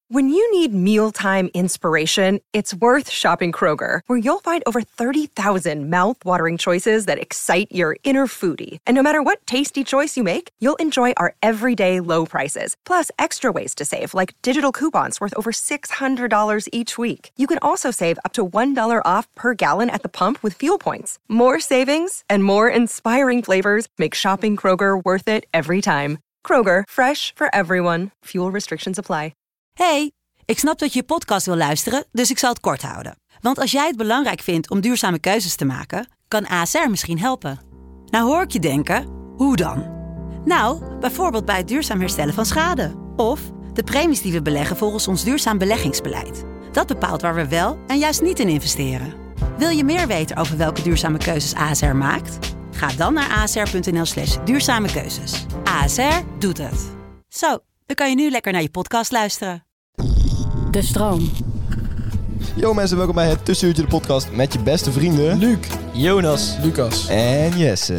When you need mealtime inspiration, it's worth shopping Kroger, where you'll find over 30,000 mouth-watering choices that excite your inner foodie. And no matter what tasty choice you make, you'll enjoy our everyday low prices, plus extra ways to save, like digital coupons worth over $600 each week. You can also save up to $1 off per gallon at the pump with fuel points. More savings and more inspiring flavors make shopping Kroger worth it every time. Kroger, fresh for everyone. Fuel restrictions apply. Hey, ik snap dat je podcast wil luisteren, dus ik zal het kort houden. Want als jij het belangrijk vindt om duurzame keuzes te maken, kan ASR misschien helpen. Nou hoor ik je denken, hoe dan? Nou, bijvoorbeeld bij het duurzaam herstellen van schade. Of de premies die we beleggen volgens ons duurzaam beleggingsbeleid. Dat bepaalt waar we wel en juist niet in investeren. Wil je meer weten over welke duurzame keuzes ASR maakt? Ga dan naar asr.nl/duurzame keuzes. ASR doet het. Zo, dan kan je nu lekker naar je podcast luisteren. De stroom. Yo mensen, welkom bij het Tussenuurtje de podcast met je beste vrienden... Luc, Jonas, Lucas en Jesse.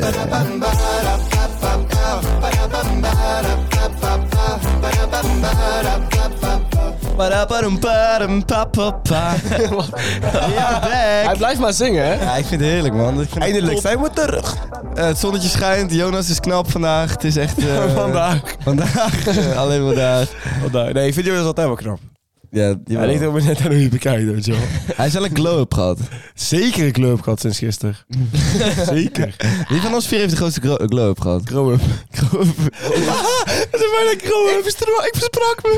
Hij blijft maar zingen, hè? Ja, ik vind het heerlijk, man. Eindelijk zijn we terug. Het zonnetje schijnt, Jonas is knap vandaag. Het is echt... Vandaag. Alleen vandaag. Nee, ik vind Jonas altijd wel knap. Ja, Hij ligt ook maar net aan hoe je bekijkt, weet je wel. Hij is wel een glow-up gehad. Zeker een glow-up gehad sinds gisteren. Zeker. Wie van ons vier heeft de grootste glow-up gehad? Glow-up. Dat is bijna glow-up. Ik versprak me.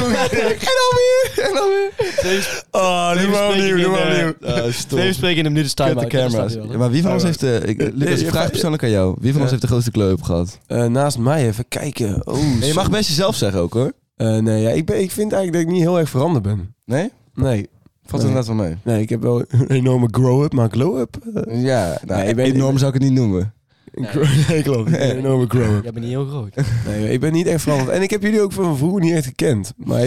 En dan weer. Oh, doe maar opnieuw. Twee spreken in een minuut is time Kut de camera's. Ja, maar wie van ons heeft de... Lucas, ik vraag persoonlijk aan jou. Wie van ons heeft de grootste glow-up gehad? Naast mij, even kijken. Nee, je mag best jezelf zeggen ook, hoor. Nee, ja, ik vind eigenlijk dat ik niet heel erg veranderd ben. Nee? Nee. Valt er net wel mee? Nee, ik heb wel een enorme grow-up, maar glow-up... Ja, nou, Nee, ik ben enorm zou ik het niet noemen. Nee, klopt. Een enorme grow-up. Jij bent niet heel groot. Nee, ik ben niet echt veranderd. En ik heb jullie ook van vroeger niet echt gekend. Maar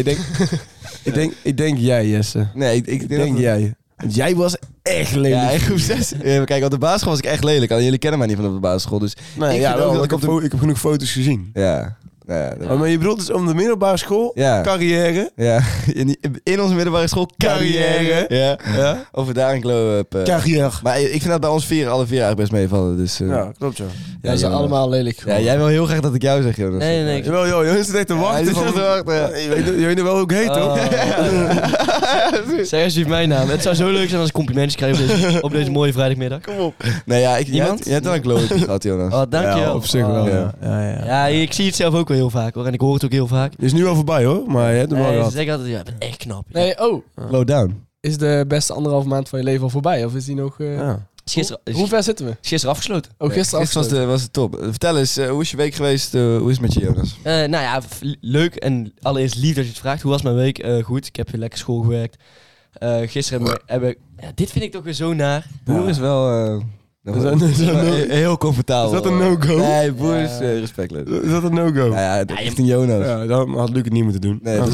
ik denk jij, Jesse. Nee, ik denk jij. Want jij was echt lelijk. Ja, in groep 6. Ja, kijk, op de basisschool was ik echt lelijk. Alleen jullie kennen mij niet van op de basisschool. Dus Nee, ik ja, vind ook wel, dat ik heb genoeg foto's gezien. Ja. Maar je bedoelt dus om de middelbare school, Ja. carrière. Ja, in onze middelbare school carrière. Ja. Over daar een glow-up. Carrière. Maar ik vind dat bij ons alle vier eigenlijk best meevallen. Dus, Ja, klopt, ja. Ja, ze zijn Jonas. allemaal lelijk Ja, geworden. jij wil heel graag dat ik jou zeg, Jonas. Nee. Jawel, joh, je zit echt te wachten. Ja, je zit te wachten, ja. Je weet wel hoe ik heet, toch? Zeg alsjeblieft mijn naam. Het zou zo leuk zijn als ik complimentjes krijg op deze mooie vrijdagmiddag. Kom op. Nee, ja, Iemand? Je hebt wel een glow-up gehad, Jonas. Oh, dankjewel. Ja, op zich wel, ja. Ja. Ja, ik zie het zelf ook wel heel vaak hoor. En ik hoor het ook heel vaak. Het is nu al voorbij, hoor. Maar je hebt hem wel Nee, ze gehad. zeggen altijd, ja, je bent echt knap. Ja. Nee, Low down. is de beste 1,5 maand van je leven al voorbij? Of is die nog... Ja. Hoe ver zitten we? Gisteren afgesloten. Oh, gisteren Gisteren was het top. Vertel eens, hoe is je week geweest? Hoe is het met je, Jonas? Nou ja, leuk en allereerst lief dat je het vraagt. Hoe was mijn week? Goed, ik heb weer lekker school gewerkt. Gisteren hebben we... Ja, dit vind ik toch weer zo naar. Boer is wel... Is dat heel comfortabel. Is dat een no-go? Nee, Boer is respectloos. Is dat een no-go? Ja, richting Jonas. Ja, dan had Luc het niet moeten doen. Nee,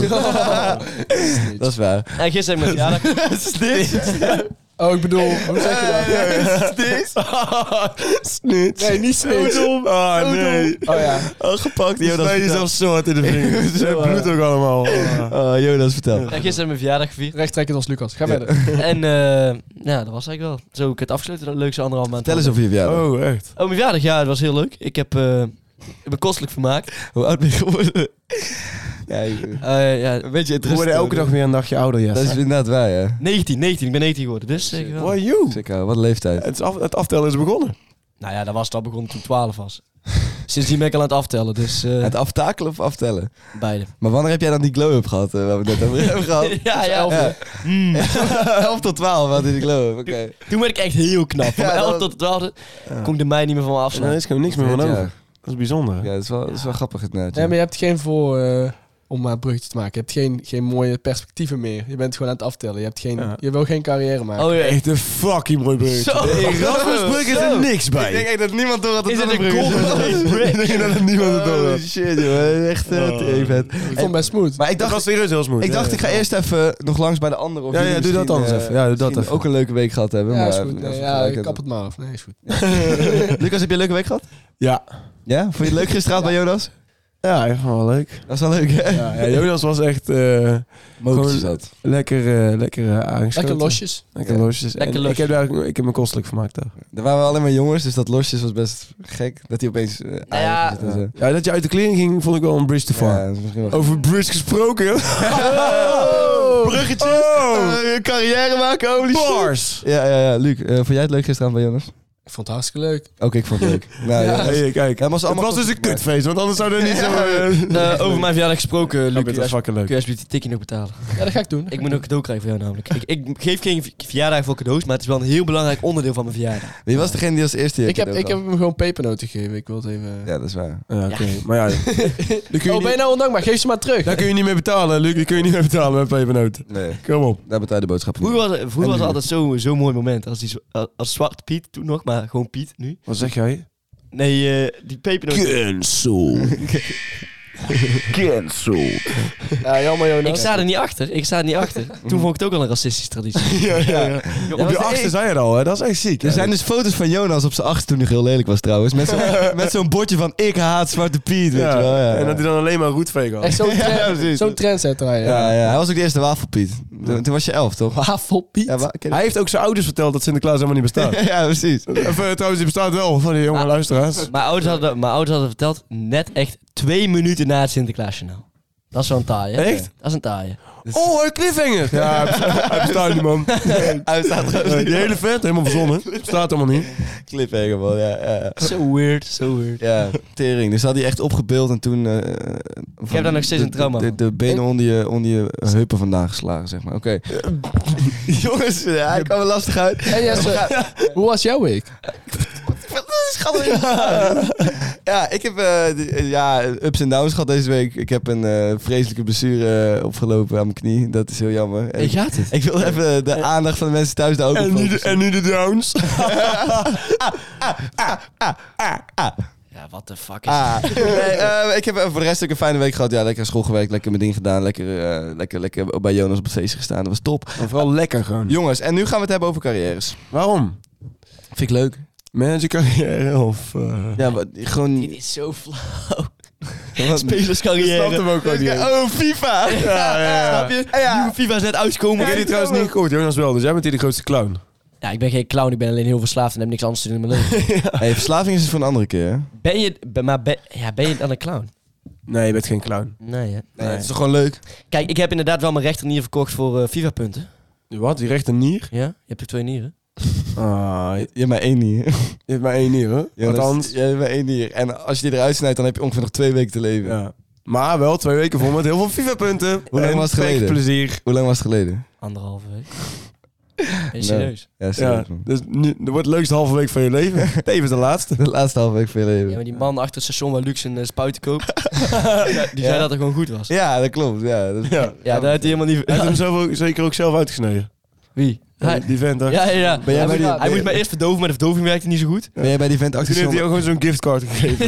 dat is waar. En gisteren heb ik mijn verjaardag. Oh, ik bedoel, hoe zeg je dat? Snits. Nee, niet snits. Ah, nee. Oh ja. Gepakt, Jonas. Snij jezelf zwart in de vingers. Het bloedt ook allemaal. Jonas, vertel. En gisteren heb ik mijn verjaardag gevierd. Rechttrekkend als Lucas. Ga verder. En ja, dat was eigenlijk wel. Zo heb ik het afgesloten. Dat leukste 1,5 maand. Vertel eens over je verjaardag. Oh, echt? Oh, mijn verjaardag, ja, het was heel leuk. Ik heb me kostelijk vermaakt. Hoe oud ben je geworden? Ja, Ja, een beetje We worden elke dag weer een dagje ouder, ja. Dat is inderdaad waar, ja. 19. Ik ben 19 geworden, dus zeker wel. Why you? Zeker, wat een leeftijd. Het aftellen is begonnen. Nou ja, dat was het al begonnen toen ik 12 was. Sindsdien ben ik al aan het aftellen, dus Het aftakelen of aftellen? beide. Maar wanneer heb jij dan die glow-up gehad, waar we het net over hebben gehad? Ja. 11 tot 12 had hij die glow-up, oké. Toen werd ik echt heel knap. Van Ja, 11 dat- tot de 12 kon ik de mij niet meer van me Er afslaan. is gewoon niks meer van Ja. over. Dat is bijzonder. Ja, dat is wel grappig inderdaad. Nee, maar je hebt geen om maar een bruggetje te maken. Je hebt geen mooie perspectieven meer. Je bent gewoon aan het aftellen. Je wil geen carrière maken. Oh ja, Echt een fucking mooi bruggetje. Zo. In Erasmusbrug is er niks bij. Ik denk echt dat niemand door had Is het een golden Ik denk dat het niemand het door Oh had. shit, joh. Echt vet. Ik vond het best smooth. Maar ik Dat was dacht, serieus heel smooth. ik ga eerst even nog langs bij de anderen. Of Ja, jullie doe dat misschien, anders even. Ja, doe dat misschien even. ook een leuke week gehad hebben. Ja, maar is even- goed. Nee, even ja, gelijk kap het maar af. Nee, is goed. Lucas, heb je een leuke week gehad? Ja. Ja? Vond je het leuk gisteravond bij Jonas? Ja, ik vond het wel leuk. Dat is wel leuk, hè? Ja, Jonas was echt Mokertjes gewoon uit. lekker aangeschoten. Lekker losjes. Lekker losjes. Lekker En losjes. Ik heb me kostelijk vermaakt daar. Er waren wel alleen maar jongens, dus dat losjes was best gek. Dat hij opeens... ja. Ja, dat je uit de kleren ging, vond ik wel een bridge te far. Ja, dat is misschien wel... Over bridge gesproken. Bruggetjes! Carrière maken, holy Bars! Ja. Luc, vond jij het leuk gisteravond bij Jonas? Ik vond het hartstikke leuk. Ook ik vond het leuk. Nou, ja. Hey, kijk, Ja, maar het was dus een kutfeest, want anders zou er niet zo... Over mijn verjaardag gesproken, Luc. Luc, dat is fucking leuk. Kun je alsjeblieft die tikkie nog betalen? Ja, dat ga ik doen. Ik moet een cadeau krijgen voor jou namelijk. Ik geef geen verjaardag voor cadeaus, maar het is wel een heel belangrijk onderdeel van mijn verjaardag. Wie was degene die als eerste... Ik heb hem gewoon pepernoten gegeven. Ik wil het even... Ja, dat is waar. Ja, oké. Maar ja, Oh, ben je nou ondankbaar? Geef ze maar terug. daar kun je niet mee betalen, Luc. Daar kun je niet mee betalen met pepernoten. Nee, Kom op. daar betaal je de boodschap voor. Vroeger was het altijd zo'n mooi moment. Als Zwarte Piet, toen nog, maar gewoon Piet nu. Wat zeg jij? Nee, die pepernoten. Cancel. Cancel. Ja, jammer Jonas. Ik sta er niet achter. Toen vond ik het ook al een racistische traditie. Ja. Op je achtste zei je het al, hè? Dat is echt ziek. Er zijn dus foto's van Jonas op zijn achtste toen hij heel lelijk was trouwens. Met zo'n bordje van ik haat Zwarte Piet, weet je wel. Ja. En dat hij dan alleen maar roetveeg had. Echt zo'n precies. zo'n trendsetter. Ja, hij was ook de eerste wafelpiet. Toen was je 11, toch? Wafelpiet. Ja, Hij heeft ook zijn ouders verteld dat Sinterklaas helemaal niet bestaat. ja, precies. Trouwens, die bestaat wel van die jonge luisteraars. Mijn ouders hadden verteld, net echt 2 minuten na het Sinterklaasjournaal. Dat is wel een taai, hè? Echt? Dat is een taai. Oh, een cliffhanger! Ja, hij bestaat niet, man. Hij staat er Die hele vet, helemaal verzonnen. Bestaat helemaal niet. cliffhanger, man. Ja. So weird. Ja, tering. Dus had hij echt opgebeeld en toen... Ik heb daar nog steeds een trauma van. De benen onder je heupen vandaan geslagen, zeg maar. Oké. Jongens, hij kwam er lastig uit. Hey Jesse, hoe was jouw week? Ja, ik heb ups en downs gehad deze week. Ik heb een vreselijke blessure opgelopen aan mijn knie. Dat is heel jammer. En gaat het? ik wil even de aandacht van de mensen thuis daar ook op focussen. En nu de downs. Ja, what the fuck is het? Nee, ik heb voor de rest ook een fijne week gehad. Ja, lekker school gewerkt, lekker mijn ding gedaan. Lekker bij Jonas op het feestje gestaan. Dat was top. Vooral lekker gewoon. Jongens, en nu gaan we het hebben over carrières. Waarom? Vind ik leuk. Managercarrière of... Ja, maar gewoon... Dit is zo flauw. Wat- Spelerscarrière. Snap hem ook gewoon niet. Oh, FIFA! Snap je? Nieuwe FIFA is net uitgekomen. Ik heb die trouwens niet gehoord, Jonas wel. Dus jij bent hier de grootste clown. Ja, ik ben geen clown. Ik ben alleen heel verslaafd en heb niks anders te doen in mijn leven. Hey, verslaving is het voor een andere keer, hè? Ben je dan een clown? Nee, je bent geen clown. Nee, hè? Nee, het is toch gewoon leuk? Kijk, ik heb inderdaad wel mijn rechternier verkocht voor FIFA-punten. Wat? Die rechternier? Ja? Je hebt er 2 nieren. Je Je hebt maar 1 nier. hebt maar 1 nier, hoor. Ja, Althans. je hebt maar 1 nier. En als je die eruit snijdt, dan heb je ongeveer nog 2 weken te leven. Ja. Maar wel 2 weken vol met heel veel FIFA-punten. Hoe lang was het geleden? Plezier. Hoe lang was het geleden? 1,5 week. Ben je serieus? Ja, serieus, Ja, man. dus nu, dat wordt de leukste halve week van je leven. Tevens de laatste. De laatste halve week van je leven. Ja, maar die man achter het station waar Lux een spuiten koopt, die zei dat het gewoon goed was. Ja, dat klopt. Ja, Ja. Ja, dat had hij helemaal niet... Hij heeft hem zelf ook, zeker ook zelf uitgesneden. Wie? Die vent daar. Ja. Ben jij bij die- Hij moest mij eerst verdoven, maar de verdoving werkte niet zo goed. Ben jij bij die vent Toen heeft hij actie? ook gewoon zo'n giftcard gegeven.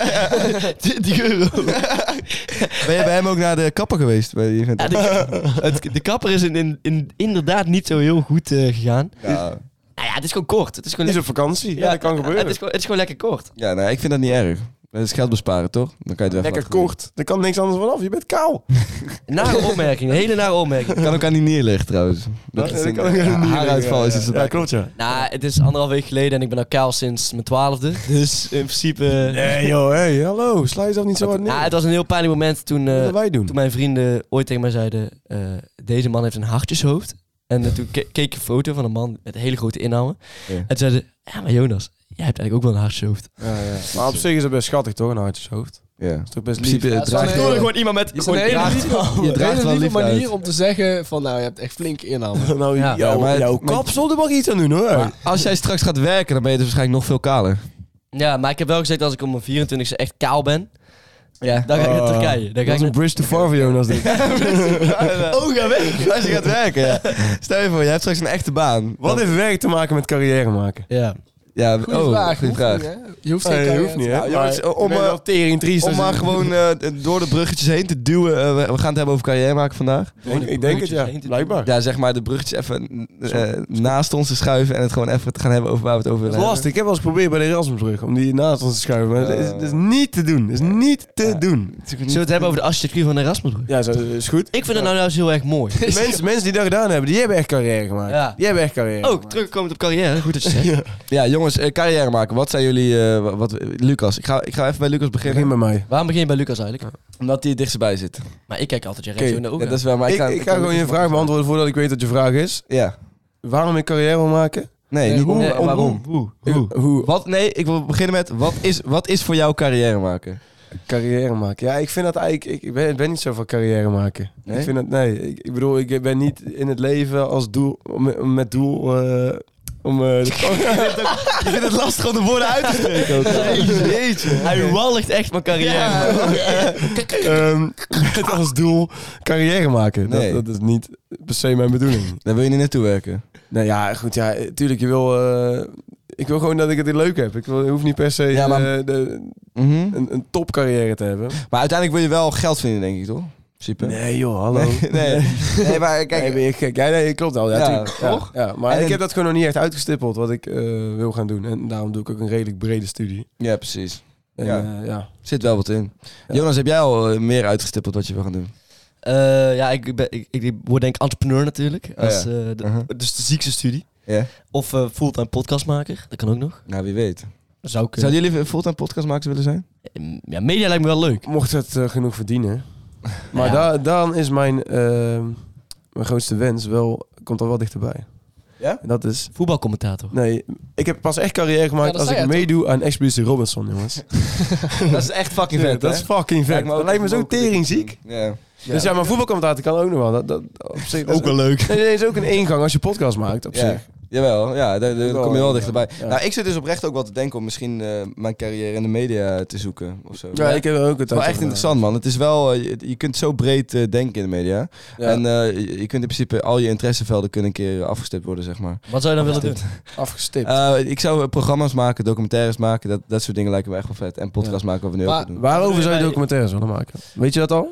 20 euro. Ben jij bij hem ook naar de kapper geweest? Bij die vent? Ja, de kapper is inderdaad niet zo heel goed gegaan. Ja. Nou ja, het is gewoon kort. Het is gewoon Die is op vakantie. Ja, dat kan gebeuren. Het is gewoon lekker kort. Ja, nou, ik vind dat niet erg. Het is geld besparen, toch? Dan kan je het Lekker kort. Er kan niks anders vanaf. Je bent kaal. Nare opmerking, een hele nare opmerking. Kan ook aan die nier liggen, trouwens. Dat is dat een kan ook aan die nier haaruitval. Is het Ja, klopt, ja. Nou, het is 1,5 week geleden en ik ben al kaal sinds mijn 12e. Dus in principe... Nee, joh. Hey, hallo. Sla jezelf niet zo hard neer. Nou, het was een heel pijnlijk moment toen, Wat willen wij doen? toen mijn vrienden ooit tegen mij zeiden... deze man heeft een hartjeshoofd. En toen keek ik een foto van een man met een hele grote inhouden. Ja. En toen zeiden ja, maar Jonas, jij hebt eigenlijk ook wel een hartjeshoofd. Ja, ja. Maar op zich is het best schattig, toch? Een hartjeshoofd. Ja. Dat is toch best In lief. principe, Ja, het het is draagt wel een wel- Gewoon iemand met... Het is een hele lieve, je draagt wel lief manier uit. om te zeggen van, nou, je hebt echt flink inhoud. Nou, Ja. jouw kapsel, daar mag je iets aan doen, hoor. Maar als jij straks gaat werken, dan ben je dus waarschijnlijk nog veel kaler. Ja, maar ik heb wel gezegd als ik om mijn 24e echt kaal ben, dan ga ik naar Turkije. Dan ga Dat ik is een bridge to far voor Jonas, dit. Oh, ga weg! Als je gaat werken, ja. Stel je voor, je hebt straks een echte baan. Wat heeft werk te maken met carrière maken? Ja. Ja, Goeie vraag. goeie vraag. Je hoeft geen Nee, carrière hoeft niet, te hè? maken. Ja, jongens, om maar gewoon door de bruggetjes heen te duwen. We gaan het hebben over carrière maken vandaag. Ik denk het, ja. Blijkbaar. Ja, zeg maar de bruggetjes even naast ons te schuiven en het gewoon even te gaan hebben over waar we het over Dat willen is lastig. Ik heb wel eens geprobeerd bij de Erasmusbrug om die naast ons te schuiven. Maar dat is niet te doen. Dat is niet te doen. Zullen we het hebben over de architectuur van de Erasmusbrug? Ja, zo is goed. Ik vind het nou heel erg mooi. Mensen die dat gedaan hebben, die hebben echt carrière gemaakt. Ja. Die hebben echt carrière Ook gemaakt. terugkomend op carrière. Goed dat je zegt. Ja, jongens, carrière maken. Wat zijn jullie... Lucas, ik ga even bij Lucas beginnen. Begin bij mij. Waarom begin je bij Lucas eigenlijk? Omdat hij het dichtst bij zit. Maar ik kijk altijd je Oké, rechts in de ogen. Ja, dat is wel, maar Ik ga gewoon je vraag beantwoorden voordat ik weet wat je vraag is. Ja. Waarom ik carrière wil maken? Nee, Nee, niet hoe? waarom? Hoe? Wat? Nee, ik wil beginnen met... Wat is voor jou carrière maken? Carrière maken. Ja, ik vind dat eigenlijk... Ik ben niet zo van carrière maken. Nee? Ik vind dat... Nee. Ik bedoel, ik ben niet in het leven als doel... Met doel... Je vindt het lastig om de woorden uit te spreken. Jeetje. Hij walgt echt van carrière. met als doel carrière maken. Nee. Dat is niet per se mijn bedoeling. Daar wil je niet naartoe werken. Nou ja, goed. Ja, tuurlijk. Je wil... ik wil gewoon dat ik het leuk heb. Ik hoef niet per se Ja, maar- een topcarrière te hebben. Maar uiteindelijk wil je wel geld verdienen, denk ik, toch? In principe. Nee joh, hallo. Nee, maar kijk... Nee, ben je gek? Ja, nee, klopt al. Ja, Ja, tuurlijk. toch? Ja, maar En ik heb dat gewoon nog niet echt uitgestippeld wat ik wil gaan doen. En daarom doe ik ook een redelijk brede studie. Ja, precies. En, Ja. ja. Zit wel wat in. Ja. Jonas, heb jij al meer uitgestippeld wat je wil gaan doen? Ja, ik word denk ik entrepreneur natuurlijk. Oh, Als, ja. Dus de ziekste studie. Ja? Of fulltime podcastmaker. Dat kan ook nog. Nou, wie weet. Dat zou kunnen. Zouden jullie fulltime podcastmakers willen zijn? Ja, media lijkt me wel leuk. Mocht het genoeg verdienen. Maar Ja. dan is mijn grootste wens komt er wel dichterbij. Ja? En dat is... Voetbalcommentator. Nee, ik heb pas echt carrière gemaakt Ja, dat als zei ik jij meedoe aan Expeditie Robinson, jongens. Dat is echt fucking vet, dat is fucking vet. Dat lijkt me zo teringziek. Ja. Dus ja, maar voetbalcommentator kan ook nog wel. Dat op zich, dat Ook wel leuk. Nee, is ook een ingang als je podcast maakt op Ja. zich. Jawel, ja, daar Wel, kom je wel ja. dichterbij. Ja. Nou, ik zit dus oprecht ook wel te denken om misschien mijn carrière in de media te zoeken of zo. Ja, ik heb ook het Het is wel echt interessant, man. Het is wel, je kunt zo breed denken in de media. Ja. En je kunt in principe al je interessevelden kunnen een keer afgestipt worden, zeg maar. Wat zou je dan willen doen? Afgestipt. Ik zou programma's maken, documentaires maken. Dat soort dingen lijken me echt wel vet. En podcasts maken wat we nu Maar- ook doen. Waarover zou je documentaires willen maken? Weet je dat al?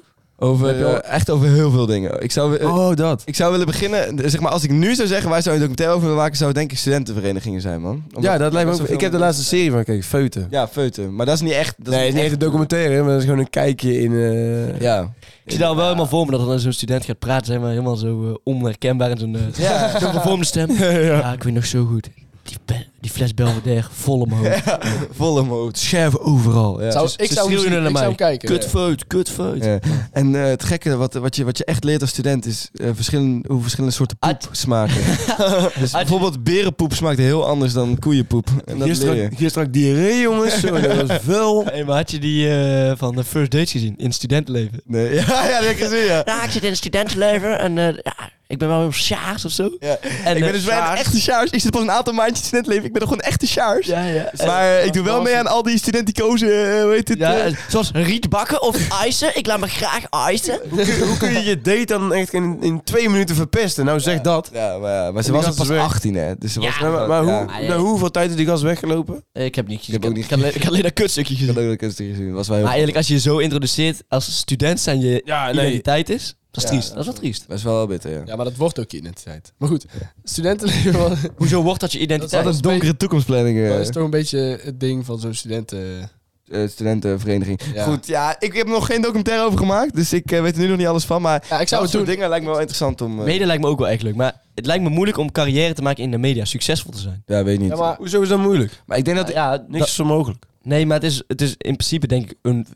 Echt over heel veel dingen. Ik zou Dat. Ik zou willen beginnen, zeg maar, als ik nu zou zeggen waar zou je een documentaire over willen maken, zou het denk ik studentenverenigingen zijn, man. Ja, dat lijkt me ook. zoveel Ik heb de laatste serie van gekeken, Feuten. Ja, feuten. Maar dat is niet echt... Dat Nee, het is niet echt een documentaire, maar dat is gewoon een kijkje in... Ja. Ik zie daar wel helemaal voor me dat er dan zo'n student gaat praten, zeg maar, helemaal zo onherkenbaar in zo'n zo'n gevormde stem. Ja, ik weet nog zo goed. Die fles Belvedere vol omhoog. Vol omhoog, scherven overal. Ja. Ik zou schreeuwen naar ik mij. zou kijken. Kutfeut. Ja. En het gekke wat je echt leert als student is hoe verschillende soorten poep smaken. Dus bijvoorbeeld berenpoep smaakt heel anders dan koeienpoep. En dat leer je. Gisteren diarree, jongens. Zo, dat was vuil. Hey, maar had je die van de First Dates gezien in het studentenleven? Nee. Ja, dat heb ik gezien, ja. Ja, ik zit in het studentenleven en ik ben wel heel sjaars of zo. Ja. En, Ik ben dus wel een echte sjaars. Ik zit pas een aantal maandjes in het studentleven. Ik ben nog gewoon een echte sjaars. Ja. Maar ik doe wel mee aan al die studenticozen, hoe heet het? Ja, zoals rietbakken of ijzen. Ik laat me graag ijzen. Hoe kun je je date dan echt in 2 minuten verpesten? Nou, zeg dat. Ja, maar ze die was gast pas is weg. 18, hè. Dus ze was Ja, Maar ja. hoeveel tijd is die gast weggelopen? Ik heb niet gezien. Ik heb ook niet Ik had alleen dat kutstukje Ik had gezien. ook een kunstig gezien. Was wel heel Maar eerlijk, als je je zo introduceert als student zijn je Ja, nee. identiteit is, dat is Ja. triest. Dat is wel triest. Dat is wel bitter, ja. Ja, maar dat wordt ook je identiteit. Maar goed, studentenleven wel- Hoezo wordt dat je identiteit? Dat Wat een donkere toekomstplanning. dat is toch een beetje het ding van zo'n studenten... Studentenvereniging. Ja. Goed, ja, ik heb er nog geen documentaire over gemaakt. Dus ik weet er nu nog niet alles van. Maar Ja, ik zou dat het soort doen. dingen lijkt me wel interessant om... Mede lijkt me ook wel echt leuk. Maar het lijkt me moeilijk om carrière te maken in de media. Succesvol te zijn. Ja, weet ik niet. Ja, maar Hoezo is dat moeilijk? Maar ik denk dat... Ja, Niks is onmogelijk. nee, maar het is in principe denk ik een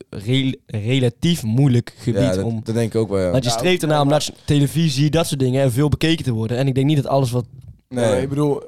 relatief moeilijk gebied. Ja, om, dat denk ik ook wel, ja. want je streeft ernaar om televisie, dat soort dingen, en veel bekeken te worden. En ik denk niet dat alles wat... Nee, ik bedoel,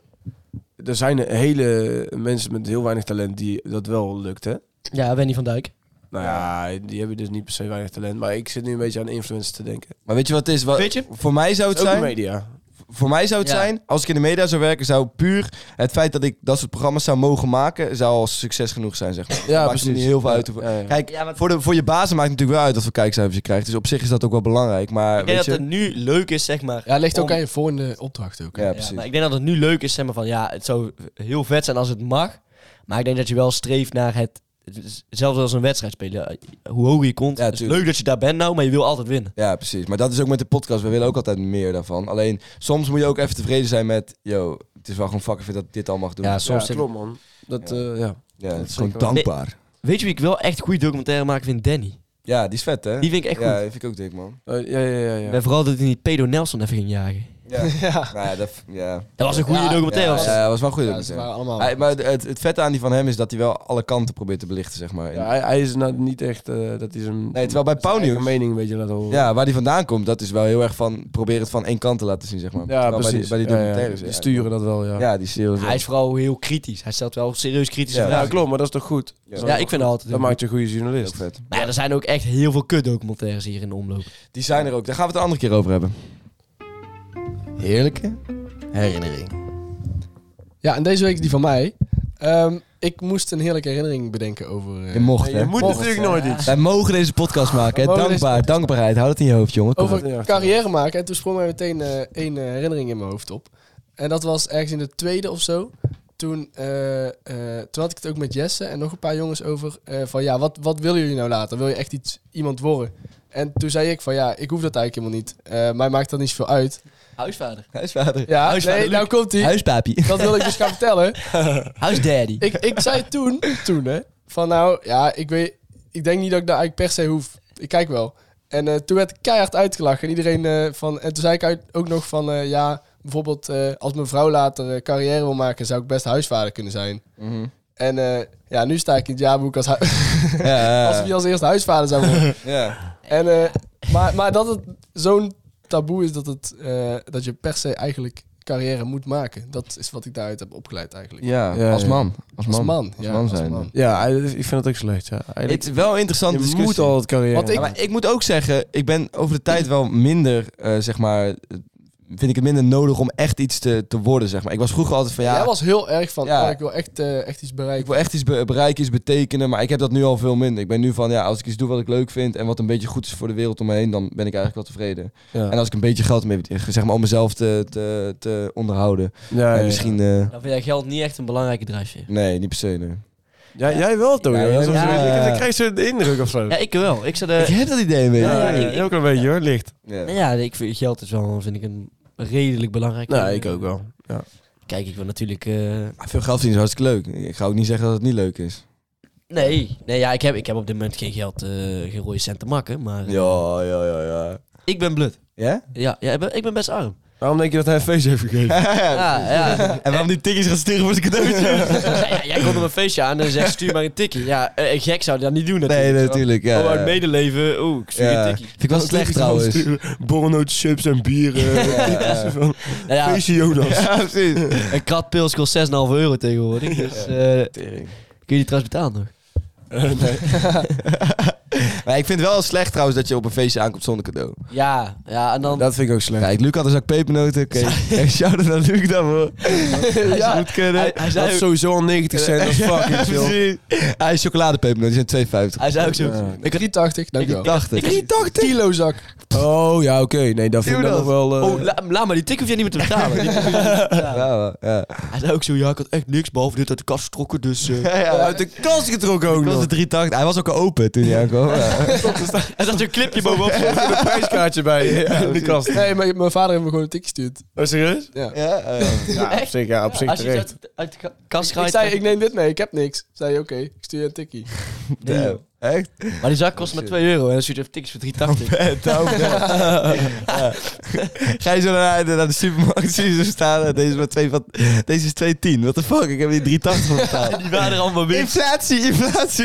er zijn hele mensen met heel weinig talent die dat wel lukt, hè? Ja, Wendy van Dijk. Nou ja, die hebben dus niet per se weinig talent. Maar ik zit nu een beetje aan influencers te denken. Maar weet je wat het is? Weet je? Voor mij zou het Ook in zijn... media. voor mij zou het zijn, als ik in de media zou werken, zou puur het feit dat ik dat soort programma's zou mogen maken, zou al succes genoeg zijn, zeg maar. Ja, maakt er niet heel veel uit. Kijk, voor je bazen maakt het natuurlijk wel uit wat voor kijkcijfers je krijgt. Dus op zich is dat ook wel belangrijk. Maar ik denk dat het nu leuk is, zeg maar. Ja, ligt ook aan je volgende opdracht ook. Ja, precies. Maar ik denk dat het nu leuk is, zeg maar, van ja, het zou heel vet zijn als het mag. Maar ik denk dat je wel streeft naar het zelfs als een wedstrijd spelen. Hoe hoger je komt. Het is leuk dat je daar bent nou, maar je wil altijd winnen. Ja, precies. Maar dat is ook met de podcast. We willen ook altijd meer daarvan. Alleen, soms moet je ook even tevreden zijn met... het is wel gewoon fucking vet dat ik dit al mag doen. Ja, soms klopt, man. Dat het is gewoon dankbaar. Weet je wie ik wel echt goede documentaire maak vind? Danny. Ja, die is vet, hè? Die vind ik echt goed. Ja, die vind ik ook dik, man. Ja. En vooral dat hij niet Pedo Nelson even ging jagen. Dat was een goede documentaire. Ja, dat was wel een goede documentaire. Allemaal... maar het vette aan die van hem is dat hij wel alle kanten probeert te belichten, zeg maar. Ja, hij is nou niet echt... dat is een... Nee, terwijl bij Pauwnieuws... mening een beetje laten horen. Ja, waar die vandaan komt, dat is wel heel erg van... Probeer het van één kant te laten zien, zeg maar. Ja, precies. Bij die documentaires. Die sturen dat wel, ja. Ja, die sturen Hij is vooral heel kritisch. Hij stelt wel serieus kritische vragen. Ja, klopt, maar dat is toch goed? Ja, ik vind het altijd. Dat maakt je een goede journalist. Vet. Maar ja, er zijn ook echt heel veel kutdocumentaires hier in de omloop. Die zijn er ook. Daar gaan we het een andere keer over hebben. Heerlijke herinnering. Ja, en deze week is die van mij. Ik moest een heerlijke herinnering bedenken over... je mocht, hè? Je moet natuurlijk nooit iets. Wij mogen deze podcast maken, hè? Dankbaarheid. Houd het in je hoofd, jongen. Over carrière maken. En toen sprong mij meteen één herinnering in mijn hoofd op. En dat was ergens in de tweede of zo. Toen had ik het ook met Jesse en nog een paar jongens over. Van ja, wat willen jullie nou later? Wil je echt iemand worden? En toen zei ik van ja, ik hoef dat eigenlijk helemaal niet. Mij maakt dat niet zoveel uit. Huisvader. Ja, Huisvader, nou komt ie. Huispapi. Dat wil ik dus gaan vertellen. Huisdaddy. Ik zei toen hè, van nou, ja, ik denk niet dat ik daar eigenlijk per se hoef. Ik kijk wel. En toen werd ik keihard uitgelachen. En iedereen en toen zei ik ook nog van ja, bijvoorbeeld als mijn vrouw later carrière wil maken, zou ik best huisvader kunnen zijn. Mm-hmm. En nu sta ik in het jaarboek als wie als eerste huisvader zou worden. Ja. En, maar dat het zo'n taboe is dat je per se eigenlijk carrière moet maken. Dat is wat ik daaruit heb opgeleid eigenlijk. Ja, als man. Als man zijn. Man. Ja, ik vind het ook slecht. Ja. Het is wel interessant. Je moet al het carrière. Maar ik moet ook zeggen, ik ben over de tijd wel minder, zeg maar... vind ik het minder nodig om echt iets te worden, zeg maar. Ik was vroeger altijd van, ja... Jij was heel erg van, ik wil echt iets bereiken. Ik wil echt iets bereiken, iets betekenen, maar ik heb dat nu al veel minder. Ik ben nu van, ja, als ik iets doe wat ik leuk vind en wat een beetje goed is voor de wereld om me heen, dan ben ik eigenlijk wel tevreden. Ja. En als ik een beetje geld mee, zeg maar, om mezelf te onderhouden. Ja, misschien... Dan vind jij geld niet echt een belangrijke drijfveer? Nee, niet per se, nee. Ja, jij wel toch? Ik krijg zo de indruk of zo. Ja, ik wel. Ik heb dat idee mee. Heel klein beetje hoor, licht. Ja, ik vind geld is wel, vind ik een redelijk belangrijk. Nou, ik ook wel. Ja. Kijk, ik wil natuurlijk... Veel geld verdienen is hartstikke leuk. Ik ga ook niet zeggen dat het niet leuk is. Nee, ja, ik heb op dit moment geen geld, geen rode cent te makken, maar... Ja. Ik ben blut. Ja? Ja, ik ben best arm. Waarom denk je dat hij een feestje heeft gegeven? Ja. En waarom die tikkies gaan sturen voor zijn cadeautje? Jij komt op een feestje aan en zegt stuur maar een tikkie. Ja, gek zou dat niet doen natuurlijk. Nee, natuurlijk. Ja. Uit medeleven, ik stuur een tikkie. Vind ik wel slecht trouwens. Borrelnoten, chips en bier. Feestje Jonas. Ja, precies. Een krat pils kost €6,5 tegenwoordig. Dus kun je die trouwens betalen nog? Nee. Maar ik vind het wel slecht trouwens dat je op een feestje aankomt zonder cadeau. Ja, en dan... Dat vind ik ook slecht. Kijk, Luc had een zak pepernoten. Oké. Shout-out naar Luc dan, hoor. Ja, goed kunnen. Hij zei dat is sowieso al 90 cent. Dat is fucking veel. Hij is chocoladepepernoten, die zijn €2,50. Hij zei ook zo... Ik 3,80, dankjewel. 3,80? Kilo zak. Oh, ja, oké. Nee, dat vind ik nog wel... laat maar, die tik hoef je niet meer te betalen. Ja. Hij zei ook zo, ik had echt niks behalve dit uit de kast getrokken, dus... uit de kast getrokken ook nog. Was het 3,80. Hij was ook al open toen hij aankwam. Er zat zo'n clipje bovenop. Er zit een prijskaartje bij in de kast. Nee, maar mijn vader heeft me gewoon een tik gestuurd. Oh, serieus? Ja. Ja, op zich Als je terecht. uit de kast Ik gaat... zei, ik neem dit mee, ik heb niks. Zei oké, ik stuur je een tikkie. Nee, echt? Maar die zak kost maar €2 en dan stuurt je even tikjes voor €3,80. Ga je zo naar de supermarkt, zie je zo staan. Deze is €2,10. What the fuck? Ik heb die €3,80 voor betaald. Die waren er allemaal weer. Inflatie.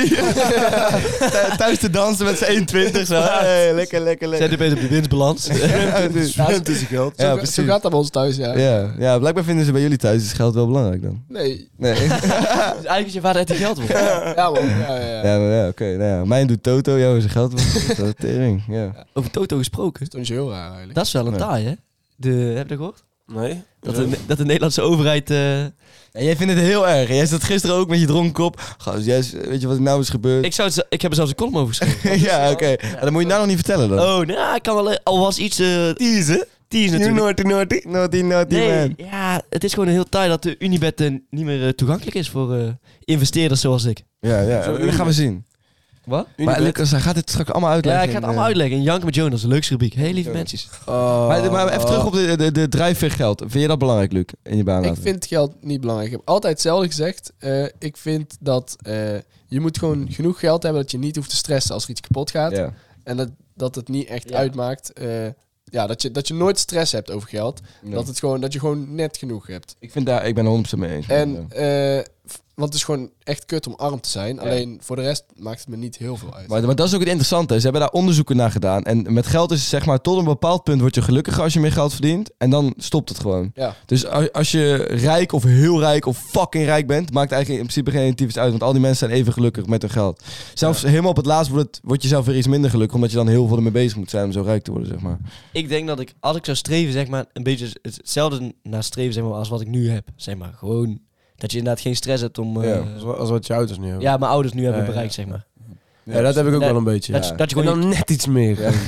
Thuis te dansen met z'n 21. Zo. Hey, lekker. Zet opeens op de winstbalans. Student is geld. Ja, Zo precies. gaat dat bij ons thuis, ja. Ja, blijkbaar vinden ze bij jullie thuis is geld wel belangrijk dan. Nee. Nee. Dus eigenlijk is je vader uit die geld wordt. Ja, man. Ja. Oké. Nou ja. Mijn doet Toto, jou is een geld. Tering, ja. Over Toto gesproken. Dat is toch niet zo heel raar eigenlijk. Dat is wel een taai, hè? Heb je dat gehoord? Nee? Dat de Nederlandse overheid... Ja, jij vindt het heel erg. Jij zat gisteren ook met je dronken kop. Gast, weet je wat er nou is gebeurd? Ik heb er zelfs een column over geschreven. Ja, oké. Maar dat moet je nou nog niet vertellen dan. Oh, nou, ik kan wel alvast iets... teasen natuurlijk. Naughty, man. Ja, het is gewoon heel taai dat de Unibet niet meer toegankelijk is voor investeerders zoals ik. Ja, dat gaan we zien. Wat? Maar Lucas, hij gaat dit straks allemaal uitleggen. Ja, ik ga het allemaal uitleggen. In Janken met Jonas, de leukste rubriek. Heel lieve mensen. Maar even terug op de drijfveer geld. Vind je dat belangrijk, Luc, in je baan? Ik vind geld niet belangrijk. Ik heb altijd hetzelfde gezegd. Ik vind dat je moet gewoon genoeg geld hebben dat je niet hoeft te stressen als er iets kapot gaat. Ja. En dat het niet echt uitmaakt. Dat je nooit stress hebt over geld. Ja. Dat je gewoon net genoeg hebt. Ik ben 100% mee eens. En want het is gewoon echt kut om arm te zijn. Ja. Alleen voor de rest maakt het me niet heel veel uit. Maar dat is ook het interessante. Ze hebben daar onderzoeken naar gedaan. En met geld is het zeg maar tot een bepaald punt word je gelukkiger als je meer geld verdient. En dan stopt het gewoon. Ja. Dus als je rijk of heel rijk of fucking rijk bent, maakt eigenlijk in principe geen typisch uit. Want al die mensen zijn even gelukkig met hun geld. Zelfs helemaal op het laatst word je zelf weer iets minder gelukkig. Omdat je dan heel veel ermee bezig moet zijn om zo rijk te worden, zeg maar. Ik denk dat als ik zou streven, zeg maar, een beetje hetzelfde naar streven, zeg maar, als wat ik nu heb. Zeg maar, gewoon... Dat je inderdaad geen stress hebt om... als wat je ouders nu hebben. Ja, mijn ouders nu hebben bereikt, zeg maar. Ja, dat heb ik ook wel een beetje. Dat je gewoon dan net iets meer. Ja.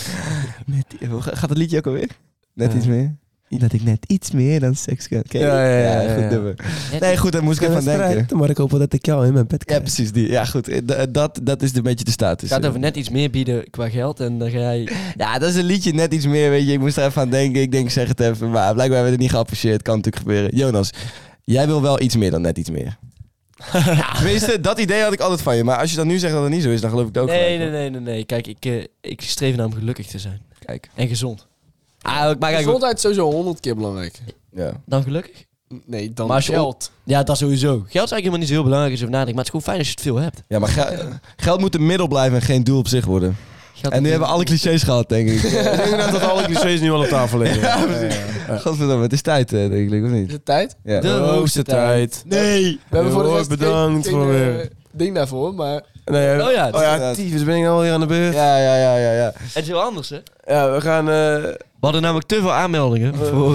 Gaat het liedje ook alweer? Net iets meer? Dat ik net iets meer dan seks kan. Ja, goed nummer. Nee, goed, daar moest ik even aan denken. Maar ik hoop dat ik jou in mijn bed krijg. Ja, precies die. Ja, goed. Dat is een beetje de status. Het gaat over net iets meer bieden qua geld en dan ga jij... Ja, dat is een liedje net iets meer, weet je. Ik moest er even aan denken. Ik denk, zeg het even. Maar blijkbaar hebben we het niet geapprecieerd. Kan natuurlijk gebeuren. Jonas, jij wil wel iets meer dan net iets meer. Tenminste, dat idee had ik altijd van je. Maar als je dan nu zegt dat het niet zo is, dan geloof ik het ook. Nee. Kijk, ik streef naar om gelukkig te zijn. Kijk. En gezond. Gezondheid is sowieso 100 keer belangrijk. Ja. Dan gelukkig? Nee, dan geld. Ja, dat sowieso. Geld is eigenlijk helemaal niet zo heel belangrijk als je over nadenkt. Maar het is gewoon fijn als je het veel hebt. Ja, maar geld moet een middel blijven en geen doel op zich worden. En nu hebben we alle clichés gehad, denk ik. Ik denk dat alle clichés nu al op tafel liggen. Ja, precies. Godverdomme, het is tijd, denk ik, of niet? Is het tijd? Ja. De hoogste tijd. Nee! We hebben voor de rest bedankt voor weer. Ding daarvoor, maar... Nee, tyfus, ben ik nou alweer aan de beurt? Ja. Het is heel anders, hè? Ja, we gaan... We hadden namelijk te veel aanmeldingen.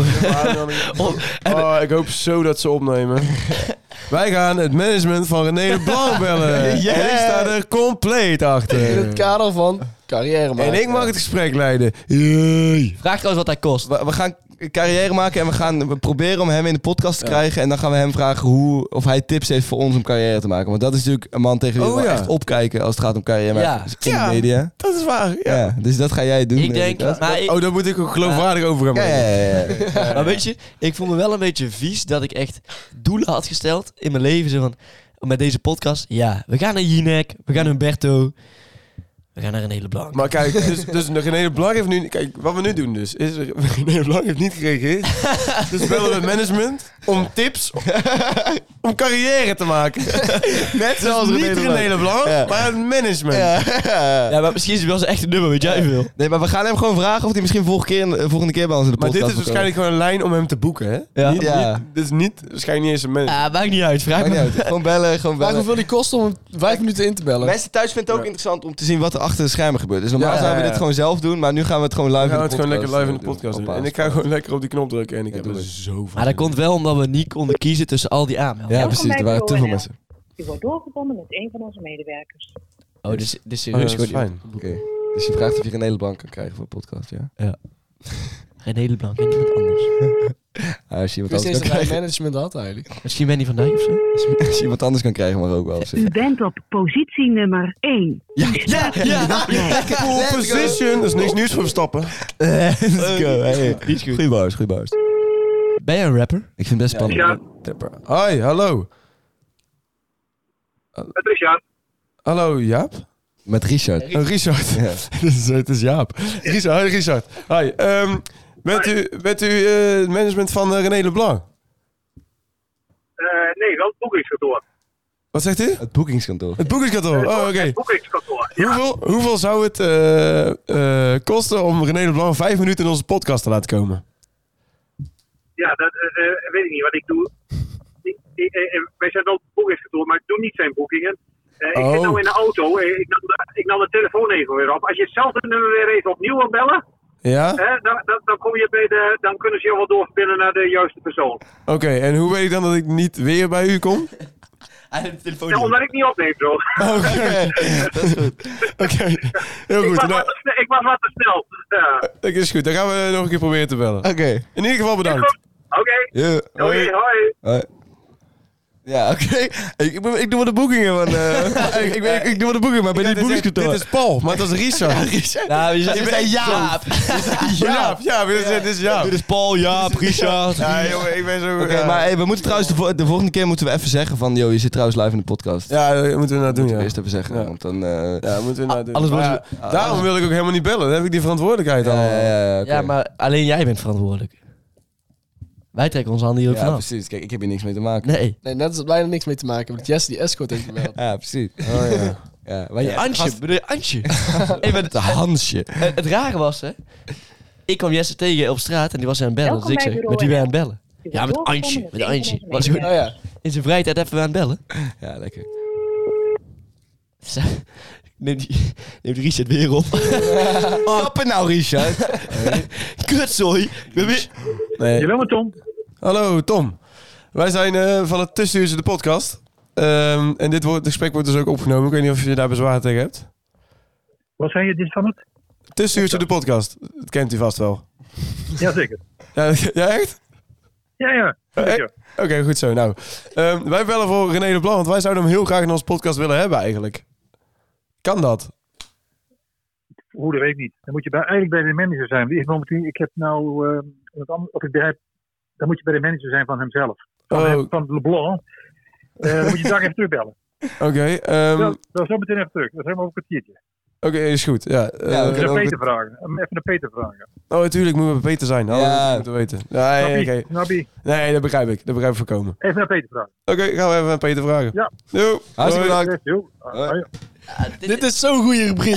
Ik hoop zo dat ze opnemen. Wij gaan het management van René Leblanc bellen. Yeah. En ik sta er compleet achter. In het kader van carrière maken. En ik mag het gesprek leiden. Yay. Vraag trouwens wat hij kost. We gaan carrière maken en we proberen om hem in de podcast te krijgen. En dan gaan we hem vragen of hij tips heeft voor ons om carrière te maken. Want dat is natuurlijk een man tegen wie we echt opkijken als het gaat om carrière maken in de media. Dat is waar. Ja. Dus dat ga jij doen. Ik denk... daar moet ik ook geloofwaardig over gaan maken. Ja. Maar weet je, ik voel me wel een beetje vies dat ik echt doelen had gesteld in mijn leven. Zo van, met deze podcast. Ja, we gaan naar Jinek, we gaan naar Humberto. We gaan naar René Leblanc. Maar kijk, dus René Leblanc heeft nu... Kijk, wat we nu doen dus, is... René Leblanc heeft niet gereageerd. Dus we bellen het management om tips om carrière te maken. Net zoals dus niet René Leblanc, maar het management. Ja, maar misschien is het wel zijn echte nummer, weet jij veel. Nee, maar we gaan hem gewoon vragen of hij misschien volgende keer bij ons in de podcast... Maar dit is waarschijnlijk gewoon een lijn om hem te boeken, hè? Ja. Dit is niet, waarschijnlijk niet eens een management. Maakt niet uit, vraag me. Gewoon bellen. Vraag hoeveel die kost om 5 minuten in te bellen. Mensen thuis vinden het ook interessant om te zien wat er achter de schermen gebeurt. Dus normaal zouden we dit gewoon zelf doen, maar nu gaan we het gewoon live in de podcast doen. We gaan het gewoon lekker live in de podcast doen. En ik ga gewoon lekker op die knop drukken en ik heb er zoveel. Maar dat komt wel omdat we niet konden kiezen tussen al die aanmeldingen. Ja, precies. Er waren te veel mensen. U wordt doorgebonden met een van onze medewerkers. Oh, dit is serieus goed. Fijn. Oké. Dus je vraagt of je René Leblanc kan krijgen voor een podcast, ja? Ja. René Leblanc en niemand anders. Als je iemand Ik anders wist kan eens dat hij krijgen. management had eigenlijk. Misschien Benny van Dijk of zo? Als je iemand anders kan krijgen, mag ook wel. U bent op positie nummer 1. Ja. Pole position. Dat is niks nieuws voor Verstappen. Let's go. Hey. Die is goed. Goeie bars. Ben je een rapper? Ik vind het best spannend. Hoi, hallo. Met Richard. Hallo, Jaap? Met Richard. Richard. Ja. Het is Jaap. Richard. Hi. Bent u het management van René Leblanc? Nee, wel het boekingskantoor. Wat zegt u? Het boekingskantoor. Het boekingskantoor. Oh, oké. Het boekingskantoor, ja. Hoeveel zou het kosten om René Leblanc 5 minuten in onze podcast te laten komen? Ja, dat weet ik niet wat ik doe. Wij zijn wel het boekingskantoor, maar ik doe niet zijn boekingen. Ik zit nou in de auto. Ik nam de telefoon even weer op. Als je hetzelfde nummer weer even opnieuw wil bellen, Ja? Dan kom je dan kunnen ze je wel doorverbinden naar de juiste persoon. Oké, en hoe weet ik dan dat ik niet weer bij u kom? Omdat ik niet opneem, zo. Oké, dat is goed. Oké, heel goed. Ik was wat te snel. Ja. Dat is goed, dan gaan we nog een keer proberen te bellen. Oké. In ieder geval bedankt. Oké. Ja. Hoi. Ja, oké. Ik doe wat de boekingen van... ik doe wat de boekingen, maar bij die boekingskantoor. Dit is Paul, maar dat is Richard. Nou, je bent Jaap. Jaap, dit is Jaap. Dit is Paul, Jaap, Richard. Ja, jongen, ik ben zo... Oké, maar hey, we moeten trouwens de volgende keer moeten we even zeggen van... je zit trouwens live in de podcast. Ja, dat moeten we nou doen, ja. Eerst even zeggen, want dan... Ja, moeten we nou doen. Daarom wil ik ook helemaal niet bellen. Dan heb ik die verantwoordelijkheid al. Ja, maar alleen jij bent verantwoordelijk. Wij trekken onze handen hier ook vanaf. Precies. Kijk, ik heb hier niks mee te maken. Nee, net als dat wij er niks mee te maken hebben. Jesse die escort heeft gemeld. Ja, precies. Oh ja. Ja, maar Antje, bedoel je Antje? Het Hansje. Het rare was, hè. Ik kwam Jesse tegen op straat en die was aan het bellen. Dus ik zeg, met wie ben je aan het bellen? Ja, met Antje. Met Antje. Was goed. In zijn vrije tijd even aan het bellen. Ja, lekker. Neemt Richard weer op. Kappen nou, Richard. Kutzooi. Nee. Je wil me, Tom? Hallo, Tom. Wij zijn van het Tussenuurtje, de podcast. En dit gesprek wordt dus ook opgenomen. Ik weet niet of je daar bezwaar tegen hebt. Wat zei je, dit van het? Tussenuurtje, de podcast. Dat kent u vast wel. Jazeker. Ja, echt? Ja. Oké, goed zo. Nou, wij bellen voor René Leblanc, want wij zouden hem heel graag in onze podcast willen hebben eigenlijk. Kan dat? Hoe, dat weet ik niet. Dan moet je eigenlijk bij de manager zijn. Die is momenteel, ik heb nou, of ik begrijp, dan moet je bij de manager zijn van hemzelf. Van Leblanc. Dan moet je dag even terugbellen. Oké. Dan zo meteen even terug. Dat is helemaal over een kwartiertje. Oké, is goed. Ja, even Peter vragen. Even naar Peter vragen. Oh, natuurlijk moeten we bij Peter zijn. Dat moeten we weten. Nabi. Nee, dat begrijp ik. Dat begrijp ik voorkomen. Even naar Peter vragen. Oké, gaan we even naar Peter vragen. Ja. Jo. Hartstikke bedankt. Ja, dit is zo'n goede rubriek.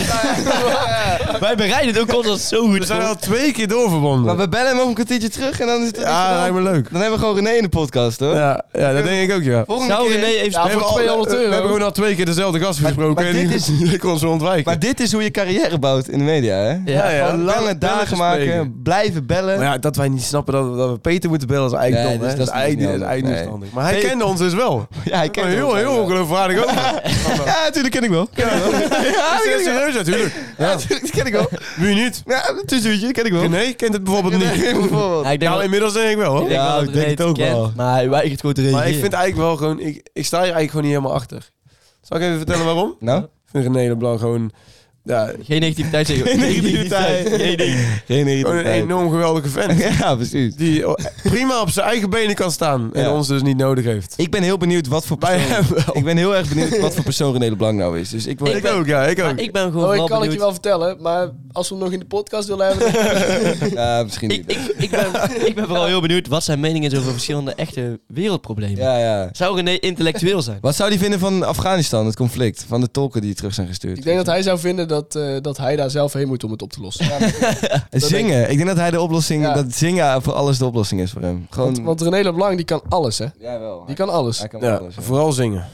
Wij bereiden het ook altijd zo goed. We zijn al 2 keer doorverbonden. Maar we bellen hem ook een kwartiertje terug en dan is het... Ja, dat lijkt me leuk. Dan hebben we gewoon René in de podcast, hoor. Ja, dat denk ik ook, ja. Zou René even... voor 200 euro. We hebben gewoon al 2 keer dezelfde gast gesproken. Maar dit is... Ik kon ze ontwijken. Maar dit is hoe je carrière bouwt in de media, hè? Ja. Gewoon lange dagen maken, blijven bellen. Maar ja, dat wij niet snappen dat we Peter moeten bellen is eigenlijk dom, hè? Dat is eigenlijk niet handig. Maar hij kende ons dus wel. Ja, hij kende ons. Heel ongeloofwaardig ook. Ja, natuurlijk ken ik wel. Ja, serieus natuurlijk. Ja, natuurlijk ken ik wel. Wie niet? Ja, het tussenuurtje ken ik wel. René kent het bijvoorbeeld niet. Nou, Inmiddels denk ik wel, hoor. Ja, ik denk het ook wel. Maar hij weigert gewoon te reageren. Maar ik vind eigenlijk wel gewoon... Ik sta hier eigenlijk gewoon niet helemaal achter. Zal ik even vertellen waarom? Nou? Ik vind René Leblanc gewoon... Ja, geen negativiteit zeggen. Geen negativiteit. Gewoon een enorm geweldige vent. Ja, precies. Die prima op zijn eigen benen kan staan. En ons dus niet nodig heeft. Ik ben heel benieuwd wat voor persoon... Ik ben heel erg benieuwd wat voor persoon René Leblanc nou is. Dus ik ook. Ik ook. Ik ben gewoon ik kan het je wel vertellen, maar als we hem nog in de podcast willen hebben... Ja, misschien niet. Ik ben vooral heel benieuwd wat zijn mening is over verschillende echte wereldproblemen. Ja. Zou René intellectueel zijn? Wat zou hij vinden van Afghanistan, het conflict? Van de tolken die terug zijn gestuurd? Ik denk dat hij zou vinden dat hij daar zelf heen moet om het op te lossen. Zingen. Ik denk dat hij de oplossing... Dat zingen voor alles de oplossing is voor hem. Gewoon... Want René Leblanc, die kan alles, hè? Ja, wel. Die kan alles. Hij kan alles. Vooral zingen.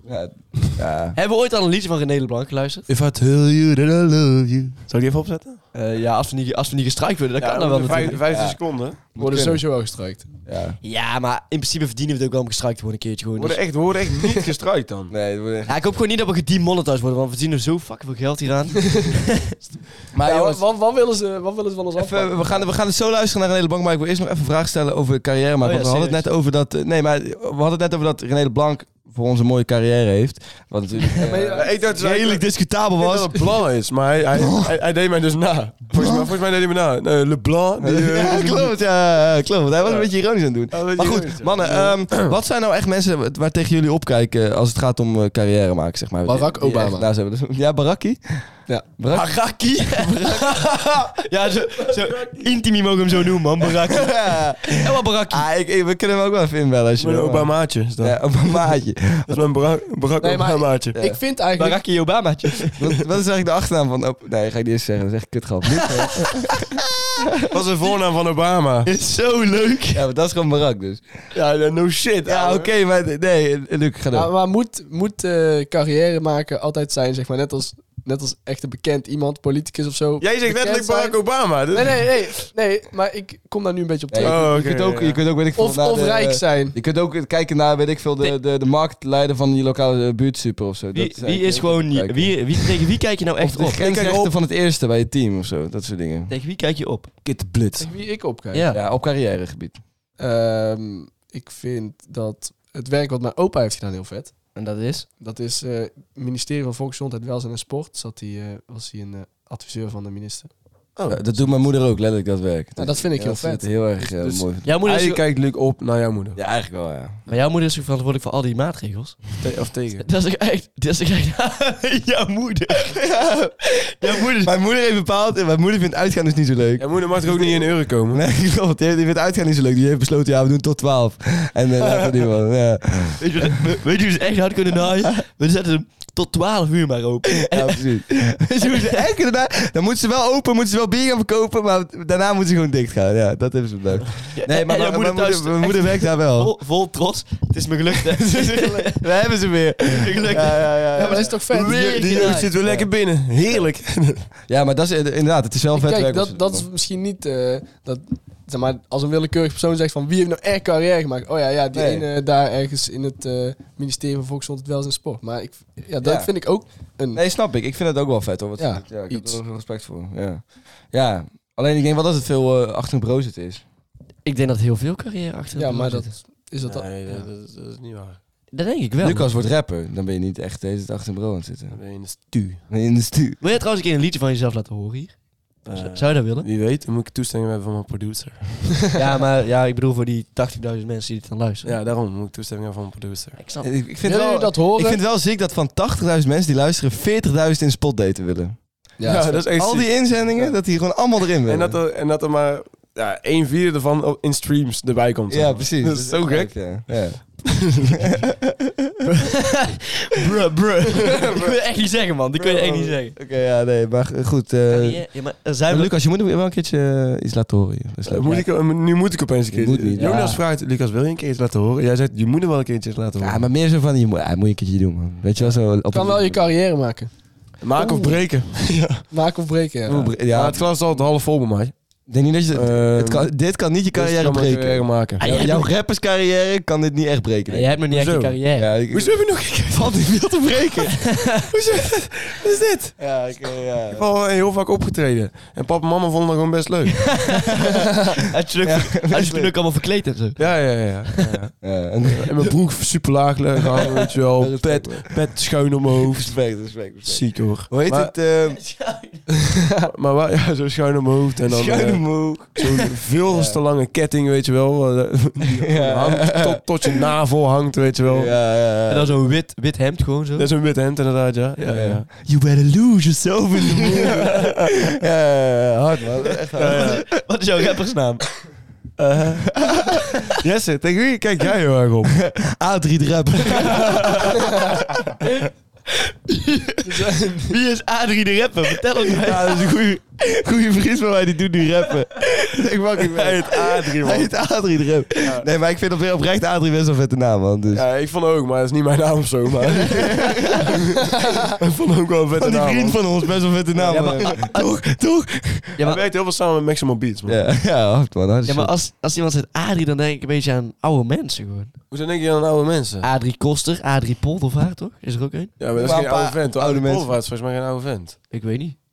Ja. Hebben we ooit al een liedje van René Leblanc geluisterd? If I tell you that I love you. Zou ik die even opzetten? Ja, als we niet gestrikt worden, dan kan dat wel natuurlijk. 15 seconden. We worden sowieso wel gestrikt. Ja, maar in principe verdienen we het ook wel om gestrikt te worden een keertje. Gewoon. We worden echt niet gestrikt dan. Nee, ja, ik hoop gewoon niet dat we gedemonetized worden, want we verdienen zo fucking veel geld hieraan. Maar jongens, wat willen ze van ons afpakken? We gaan het zo luisteren naar René Leblanc, maar ik wil eerst nog even een vraag stellen over carrière maken. Want we hadden het net over dat... we hadden het net over dat René Leblanc voor ons een mooie carrière heeft. Wat natuurlijk redelijk discutabel was. Dat het plan is, maar hij deed mij dus na. Volgens mij deed hij me na. Leblanc. Klopt. Hij was een beetje ironisch aan het doen. Maar goed, mannen. Wat zijn nou echt mensen waar tegen jullie opkijken als het gaat om carrière maken, zeg maar? Barack Obama. Daar zijn we dus. Ja, Barackie? Ja. Barackie? Ja, zo intimi mogen we hem zo noemen, man. Barackie. Ja, wat Barackie. We kunnen hem ook wel even inbellen. Als je mijn Obamaatje. Ja, Obamaatje. Dat is mijn Barack Obamaatje. Ik vind eigenlijk... Barackie Obamaatje. Wat is eigenlijk de achternaam van... Nee, ga ik niet eens zeggen. Dat is echt kutgrap. Wat is de voornaam van Obama? Is zo leuk. Ja, maar dat is gewoon Barack dus. Ja, no shit. Ja, oké, maar nee, Luc, ga door. Maar moet carrière maken altijd zijn, zeg maar, net als net als echt een bekend iemand, politicus of zo. Jij zegt letterlijk Barack Obama. Dus... Nee, maar ik kom daar nu een beetje op terug. Je kunt ook, weet ik veel, of rijk zijn. Je kunt ook kijken naar, weet ik veel, de marktleider van je lokale buurtsuper of zo. Tegen wie kijk je nou echt op? De grensrechten van het eerste bij je team of zo, dat soort dingen. Tegen wie kijk je op? Kit Blitz. Tegen wie ik opkijk? Ja, op carrièregebied. Ik vind dat het werk wat mijn opa heeft gedaan heel vet. En dat is? Dat is het ministerie van Volksgezondheid, Welzijn en Sport. Was hij een adviseur van de minister. Dat doet mijn moeder ook, letterlijk, dat werk. Nou, dat vind ik heel vet. Heel erg mooi. Jouw moeder kijkt Luc op naar jouw moeder. Ja, eigenlijk wel, ja. Maar jouw moeder is ook verantwoordelijk voor al die maatregels. Of tegen? Dat is echt jouw moeder. Jouw moeder. Mijn moeder heeft bepaald, mijn moeder vindt uitgaan dus niet zo leuk. Jouw moeder mag er ook niet in euro komen. Nee, klopt. Die vindt uitgaan niet zo leuk. Die heeft besloten, we doen tot 12. En laten we die wel. Ja. Weet je hoe ze echt hard kunnen naaien? We zetten hem tot 12 uur maar open. Ja, precies. Dan moeten ze wel open, moeten ze wel bier gaan verkopen, maar daarna moeten ze gewoon dicht gaan. Ja, dat hebben ze bedacht. Nee, maar mijn moeder werkt daar wel. Vol trots. Het is me gelukt. We hebben ze weer. Gelukt. Ja, maar dat is toch vet? Die jeugd zit weer lekker binnen. Heerlijk. Ja, maar dat is inderdaad, het is wel vet werk. Kijk, dat is misschien niet... zeg maar, als een willekeurig persoon zegt van wie heeft nou echt carrière gemaakt? Oh ja, die ene daar ergens in het ministerie van Volksgezondheid, Welzijn en Sport. Maar dat vind ik ook een... Nee, snap ik. Ik vind het ook wel vet hoor. Ik heb er wel respect voor. Ja, alleen ik denk wel dat het veel achter een bureau zit is. Ik denk dat heel veel carrière achter een bureau zit. Is dat Nee, dat is niet waar. Dat denk ik wel. Lucas wordt rapper, dan ben je niet echt deze achter een bureau aan het zitten. Dan ben je in de stu. In de stu. Wil je trouwens een keer een liedje van jezelf laten horen hier? Zou je dat willen? Wie weet, dan moet ik toestemming hebben van mijn producer. Ja, maar ik bedoel voor die 80.000 mensen die dit dan luisteren. Ja, daarom moet ik toestemming hebben van mijn producer. Ik snap. Ik vind het wel ziek dat van 80.000 mensen die luisteren 40.000 in spotdaten willen. Ja, dat is echt al die inzendingen, dat die gewoon allemaal erin willen. En dat er maar 1/4 ervan in streams erbij komt. Ja, precies. Dat is zo gek. Ja. Bruh. Die kun je echt niet zeggen, man. Die kun je echt niet zeggen. Oké, ja, nee, maar goed. Lucas, je moet wel een keertje iets laten horen. Nu moet ik opeens een keertje. Moet niet. Jonas vraagt, Lucas, wil je een keer iets laten horen? Jij zegt, je moet er wel een keertje iets laten horen. Ja, maar meer zo van, moet je een keertje doen, man. Weet je wel, zo... kan wel je carrière maken. Maken of breken. Maken of breken, ja. Maar het glas is altijd half vol bij mij. Ik denk niet dat je... dit kan niet je carrière breken. Maken. Jouw rapperscarrière kan dit niet echt breken. Jij hebt nog niet echt een carrière. Ja, hoezo heb je nog geen valt niet veel te breken? Hoezo? Wat is dit? Ja, ik heb al heel vaak opgetreden. En papa en mama vonden dat gewoon best leuk. Had je toen ook allemaal verkleed en zo? Ja. En mijn broek super laag leggen, weet je wel. Pet schuin op mijn hoofd. Respect. Ziek hoor. Hoe heet het? Maar zo schuin op mijn hoofd. En dan zo'n veel te lange ketting, weet je wel. Hangt tot je navel hangt, weet je wel. Ja. En dan zo'n wit hemd gewoon zo. Dat is een wit hemd inderdaad, ja. You better lose yourself in the mood. Ja, hard man. Echt hard. Wat is jouw rappersnaam? Jesse, tegen wie kijk jij heel erg op? A3 de rapper. Wie is Adrie de rapper? Vertel het mij. Ja, dat is een goede vriend van mij, die doet nu rappen. Hij heet Adrie, man. Hij heet Adrie de rapper. Ja. Nee, maar ik vind oprecht Adrie best wel een vette naam, man. Dus. Ja, ik vond ook, maar dat is niet mijn naam of zo. Maar ik vond ook wel een vette naam. Die vriend van ons, best wel een vette naam. Ja, maar, toch? Ja, hij werkt heel veel samen met Maximal Beats, man. Ja, hard, man. Ja, maar als iemand zegt Adrie, dan denk ik een beetje aan oude mensen gewoon. Hoezo denk je aan oude mensen? Adrie Koster, Adrie Poldervaart, toch? Is er ook een? Ja, maar dat is geen oude vent. Oude Poldervaart is volgens mij geen oude vent. Ik weet niet.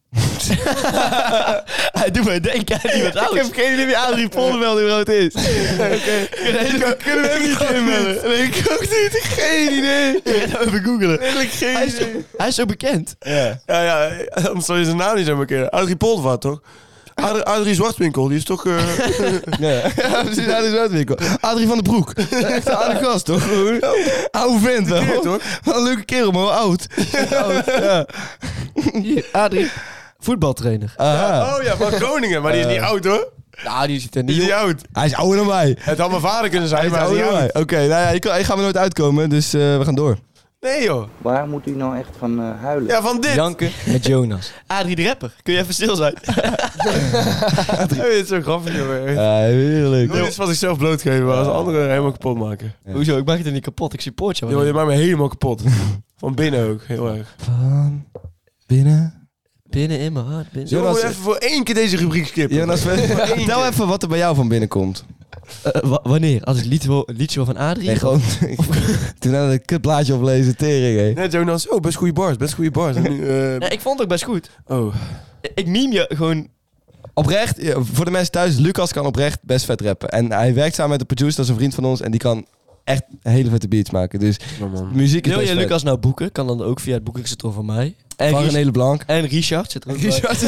Hij doet mij denken aan iemand oud. Ik heb geen idee wie Adrie Polderveld überhaupt is. Kunnen we hem niet inbellen? Nee, ik ook niet. Geen idee. Ik ga even googlen. Hij is zo bekend. Ja, anders zou je zijn naam niet zo bekend. Adrie Poldervaart, toch? Adrie Zwartwinkel, die is toch... Ja, precies, Adrie Zwartwinkel. Adrie van den Broek. Echt een aardige gast, toch? Oude vent wel. Ja, toch? Wel een leuke kerel, maar wel oud. Ja. Hier, Adrie, voetbaltrainer. Oh ja, van Groningen, maar die is niet oud, hoor. Nou, die zit er Die niet is niet oud. Hij is ouder dan mij. Het had mijn vader kunnen zijn, maar hij is niet oud. Oké, nou ja, ik ga er nooit uitkomen, dus we gaan door. Nee, joh. Waar moet u nou echt van huilen? Ja, van dit. Janken met Jonas. Adrie de rapper. Kun je even stil zijn? Dit is zo grappig, joh. Ja, heerlijk. Nooit iets van zichzelf blootgeven, maar als anderen helemaal kapot maken. Ja. Hoezo? Ik maak het er niet kapot. Ik support je. Joh, je maakt me helemaal kapot. Van binnen ook, heel erg. Binnen in mijn hart. Zullen we even voor 1 keer deze rubriek skippen? Jonas, vertel even wat er bij jou van binnenkomt. Wanneer? Als ik liedje van Adrie? Nee, gewoon... Toen had ik een kutblaadje oplezen, tering, hé. Net Jonas, best goede bars. En nu, Nee, ik vond het ook best goed. Oh. Ik meme je gewoon... Oprecht, voor de mensen thuis, Lucas kan oprecht best vet rappen. En hij werkt samen met de producer, dat is een vriend van ons. En die kan echt hele vette beats maken. Dus muziek is Wil best je vet. Lucas nou boeken? Kan dan ook via het boekingstro van mij. En Van René Leblanc. En Richard zit er ook Richard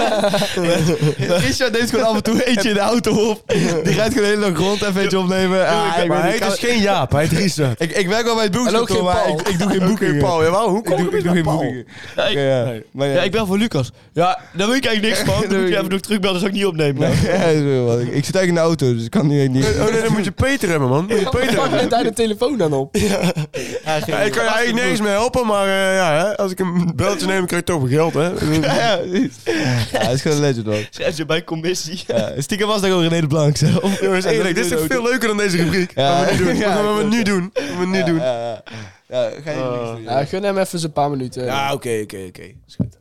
neemt gewoon af en toe eentje in de auto op. Die rijdt gewoon de hele dag rond, even eentje opnemen. Maar hij is geen Jaap, hij is Richard. Ik werk wel bij het boekingstro, maar ik doe geen boekingen. Paul, jawel, hoe kom Ik doe geen boekingen. Ja, ik bel voor Lucas. Ja, daar weet ik eigenlijk niks van. Dan moet je even nog terugbellen, dat zou ik niet opnemen. Ik zit eigenlijk in de auto, dus ik kan niet... Oh nee, dan moet je Peter hebben, man. Pak net daar de telefoon dan op. Ik kan je eigenlijk nergens mee helpen, maar als ik een beltje neem, krijg ik toch wel geld, hè? Ja, hij is gewoon een legend, man. Schrijf je bij commissie. Stiekem was dat gewoon René Leblanc zelf. Jongens, eerlijk, dit is toch veel leuker dan deze rubriek. Gaan we nu doen. Ja, ga je Ja, gun hem even zo'n paar minuten. Ja, oké. Is goed.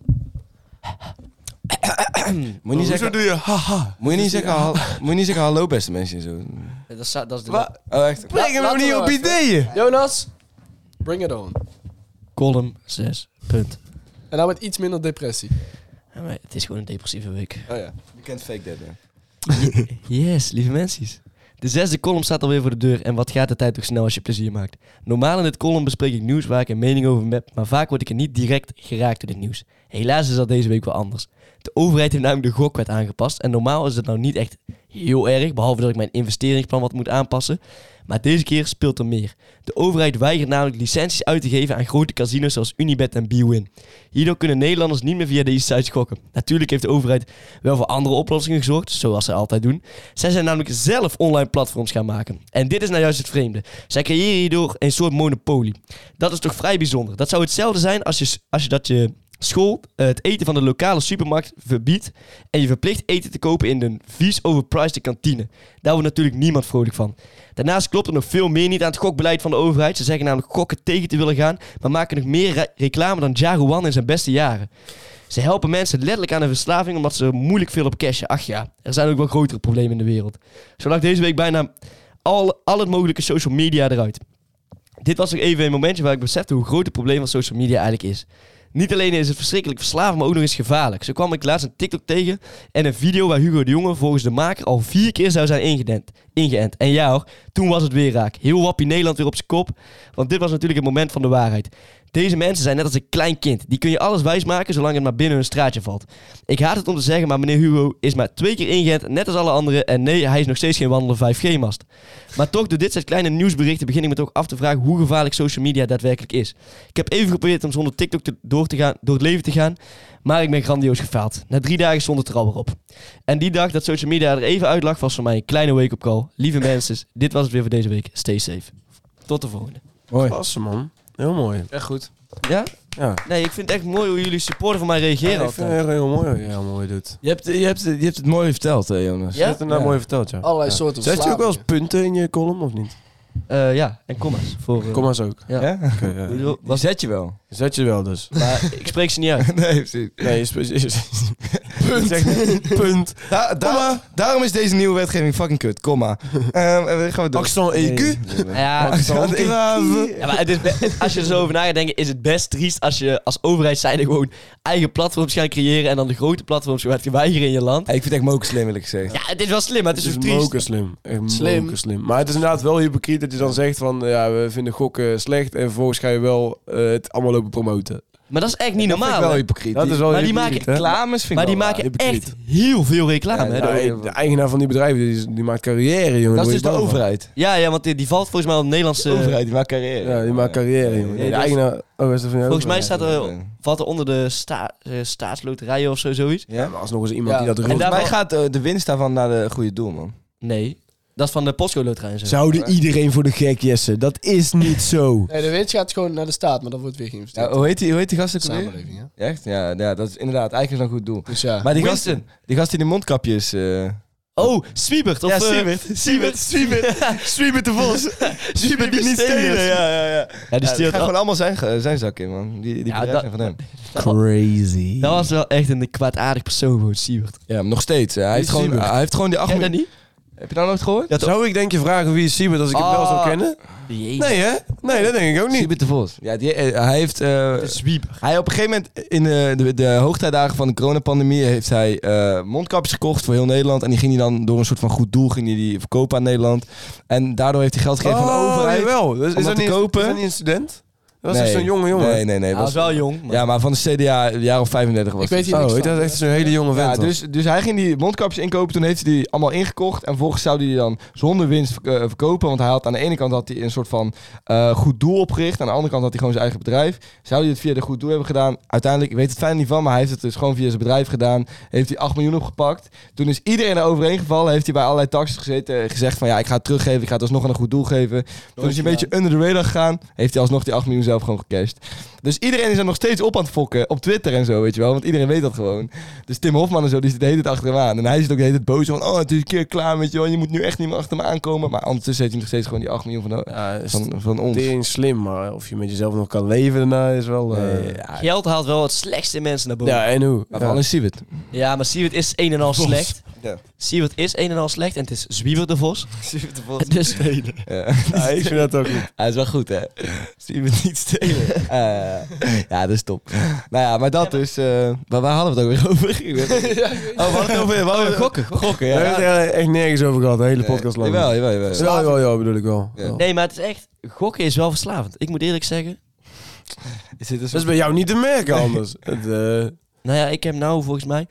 Moet je niet zeggen... doe je haha? Moet je niet zeggen hallo, beste mensen. Zo. Dat is de... Oh, echt? Breng hem nog niet op ideeën. Jonas, bring it on. Column 6. Punt. En nou met iets minder depressie. Ja, maar het is gewoon een depressieve week. Oh ja. Je kent fake dead, hè? Yes, lieve mensen. De 6e column staat alweer voor de deur en wat gaat de tijd toch snel als je plezier maakt. Normaal in dit column bespreek ik nieuws waar ik een mening over heb, maar vaak word ik er niet direct geraakt door dit nieuws. Helaas is dat deze week wel anders. De overheid heeft namelijk de gokwet aangepast en normaal is het nou niet echt heel erg, behalve dat ik mijn investeringsplan wat moet aanpassen. Maar deze keer speelt er meer. De overheid weigert namelijk licenties uit te geven aan grote casinos zoals Unibet en bwin. Hierdoor kunnen Nederlanders niet meer via deze sites gokken. Natuurlijk heeft de overheid wel voor andere oplossingen gezorgd, zoals ze altijd doen. Zij zijn namelijk zelf online platforms gaan maken. En dit is nou juist het vreemde. Zij creëren hierdoor een soort monopolie. Dat is toch vrij bijzonder. Dat zou hetzelfde zijn als je school het eten van de lokale supermarkt verbiedt en je verplicht eten te kopen in de vies overpriced kantine. Daar wordt natuurlijk niemand vrolijk van. Daarnaast klopt er nog veel meer niet aan het gokbeleid van de overheid. Ze zeggen namelijk gokken tegen te willen gaan, maar maken nog meer reclame dan Jaguan in zijn beste jaren. Ze helpen mensen letterlijk aan een verslaving omdat ze moeilijk veel op cashen. Ach ja, er zijn ook wel grotere problemen in de wereld. Zo lag deze week bijna al het mogelijke social media eruit. Dit was nog even een momentje waar ik besefte hoe groot het probleem van social media eigenlijk is. Niet alleen is het verschrikkelijk verslavend, maar ook nog eens gevaarlijk. Zo kwam ik laatst een TikTok tegen en een video waar Hugo de Jonge volgens de maker al 4 keer zou zijn ingeënt. En ja hoor, toen was het weer raak. Heel wappie Nederland weer op zijn kop, want dit was natuurlijk het moment van de waarheid. Deze mensen zijn net als een klein kind. Die kun je alles wijsmaken zolang het maar binnen hun straatje valt. Ik haat het om te zeggen, maar meneer Hugo is maar 2 keer ingeënt, net als alle anderen. En nee, hij is nog steeds geen wandelende 5G-mast. Maar toch, door dit soort kleine nieuwsberichten begin ik me toch af te vragen hoe gevaarlijk social media daadwerkelijk is. Ik heb even geprobeerd om zonder TikTok door het leven te gaan, maar ik ben grandioos gefaald. Na 3 dagen stond het er al weer op. En die dag dat social media er even uit lag, was voor mij een kleine wake-up call. Lieve mensen, dit was het weer voor deze week. Stay safe. Tot de volgende. Mooi. Klasse, man. Heel mooi. Echt goed. Ja? Ja. Nee, ik vind het echt mooi hoe jullie supporter van mij reageren. Ja, ik vind het heel mooi. Ja, mooi doet. Je hebt het mooi verteld, Jonas. Je hebt het nou mooi verteld, ja. Allerlei soorten Zet je ook wel eens punten in je column, of niet? Ja, en comma's. Comma's ook. Ja. Ja? Okay, ja. Wat zet je wel? Zet je wel dus. Maar ik spreek ze niet uit. Nee, precies. Nee, punt. Daarom is deze nieuwe wetgeving fucking kut. Komma. Gaan we door. Accent EQ. Ja, Accent grave. ja, maar het is als je er zo over na gaat denken, is het best triest als je als overheid zijde gewoon eigen platforms gaat creëren en dan de grote platforms gaat weigeren in je land. Ik vind het echt moken slim, eerlijk gezegd. Ja, het is wel slim, maar het is ook triest. Moken slim. Slim. Maar het is inderdaad wel hypocriet dat je dan zegt van, ja, we vinden gokken slecht en vervolgens ga je wel het allemaal lopen promoten. Maar dat is echt niet normaal. Dat is wel hè? hypocriet. Dat is wel Maar die hypocriet, maken hè? reclames vind ik Maar die wel maken hypocriet. echt heel veel reclame. Ja, hè? Ja, de eigenaar van die bedrijven, die maakt carrière, jongen. Dat is Daar dus de word je bang van. overheid. Ja, want die valt volgens mij op de Nederlandse... De overheid, die maakt carrière. Ja, die maakt carrière, jongen. Ja, De dus- eigenaar... Oh, is dat van jou? Volgens mij valt er onder de staatsloterijen of zoiets. Ja, maar alsnog eens iemand Ja. die dat En roept. daar- Volgens mij gaat de winst daarvan naar de goede doel, man. Nee, dat is van de Postcode Loterij en zo. Zouden iedereen voor de gek, Jesse? Dat is niet zo. Nee, de winst gaat gewoon naar de staat, maar dat wordt weer geïnvesteerd. Ja, hoe heet die gast ook alweer? Samenleving, hè? Echt? Ja, dat is inderdaad eigenlijk een goed doel. Dus ja. Maar die Winston. gast die de mondkapjes... Oh, Zwiebert. Of, Siebert de Vos. Siebert die niet stelen. Ja, die Het steelt gaat gewoon allemaal zijn zak in, man. Die bedrijven zijn van hem. Crazy. Dat was wel echt een kwaadaardig persoon, gewoon Zwiebert. Ja, maar nog steeds. Hij heeft gewoon die 8 Ken je dat miljoen... niet? Heb je dat nooit gehoord? Zou ik denk je vragen wie is Siebert als ik hem wel zou kennen? Jezus. Nee, hè? Nee, dat denk ik ook niet. Siebert de Vos. Ja, hij heeft... Zwiebert. Hij op een gegeven moment, in de hoogtijdagen van de coronapandemie, heeft hij mondkapjes gekocht voor heel Nederland. En die ging hij dan door een soort van goed doel verkopen aan Nederland. En daardoor heeft hij geld gekregen van de overheid. Jawel. Dus om is dat dat te kopen. Is dat niet een student? Dat was echt zo'n jonge jongen. Nee. Hij was wel jong. Maar... Ja, maar van de CDA, een jaar of 35 was Ik weet hij. hier niks Ik dacht echt zo'n hele jonge vent. Dus hij ging die mondkapjes inkopen. Toen heeft hij die allemaal ingekocht. En vervolgens zou hij die dan zonder winst verkopen. Want hij had aan de ene kant had hij een soort van goed doel opgericht. Aan de andere kant had hij gewoon zijn eigen bedrijf. Zou hij het via de goed doel hebben gedaan? Uiteindelijk, ik weet het fijn niet van, maar hij heeft het dus gewoon via zijn bedrijf gedaan. Heeft hij 8 miljoen opgepakt. Toen is iedereen er overheen gevallen. Heeft hij bij allerlei taxes gezeten. Gezegd van ja, ik ga het teruggeven. Ik ga het alsnog aan een goed doel geven. Toen is hij een beetje under the radar gegaan. Heeft hij alsnog die 8 miljoen zelf gewoon gecashed. Dus iedereen is er nog steeds op aan het fokken. Op Twitter en zo, weet je wel. Want iedereen weet dat gewoon. Dus Tim Hofman en zo, die zit de hele tijd achter hem aan. En hij zit ook de hele tijd boos van... Oh, het is een keer klaar met je. Je moet nu echt niet meer achter me aankomen. Maar ondertussen heeft hij nog steeds gewoon die 8 miljoen van ons. Het is slim, maar of je met jezelf nog kan leven daarna is wel... Geld haalt wel het slechtste in mensen naar boven. Ja, en hoe? Maar vooral in Siewert. Ja, maar Siewert is een en al slecht. Ja. Siewert is een en al slecht en het is Zwiebert de Vos. Siewert de Vos. Dus Ja. Ik vind dat ook goed. Hij is wel goed, hè? Siewert niet stelen. Ja, dat is top. Nou ja, maar dat dus... waar hadden we het ook weer over? We hadden het over... gokken. Gokken, We hebben het echt nergens over gehad, de hele podcast lang. Jawel, bedoel ik wel. Ja. Nee, maar het is echt... Gokken is wel verslavend. Ik moet eerlijk zeggen. Is dit Dat is bij jou niet te merken anders. Nou ja, ik heb nou volgens mij...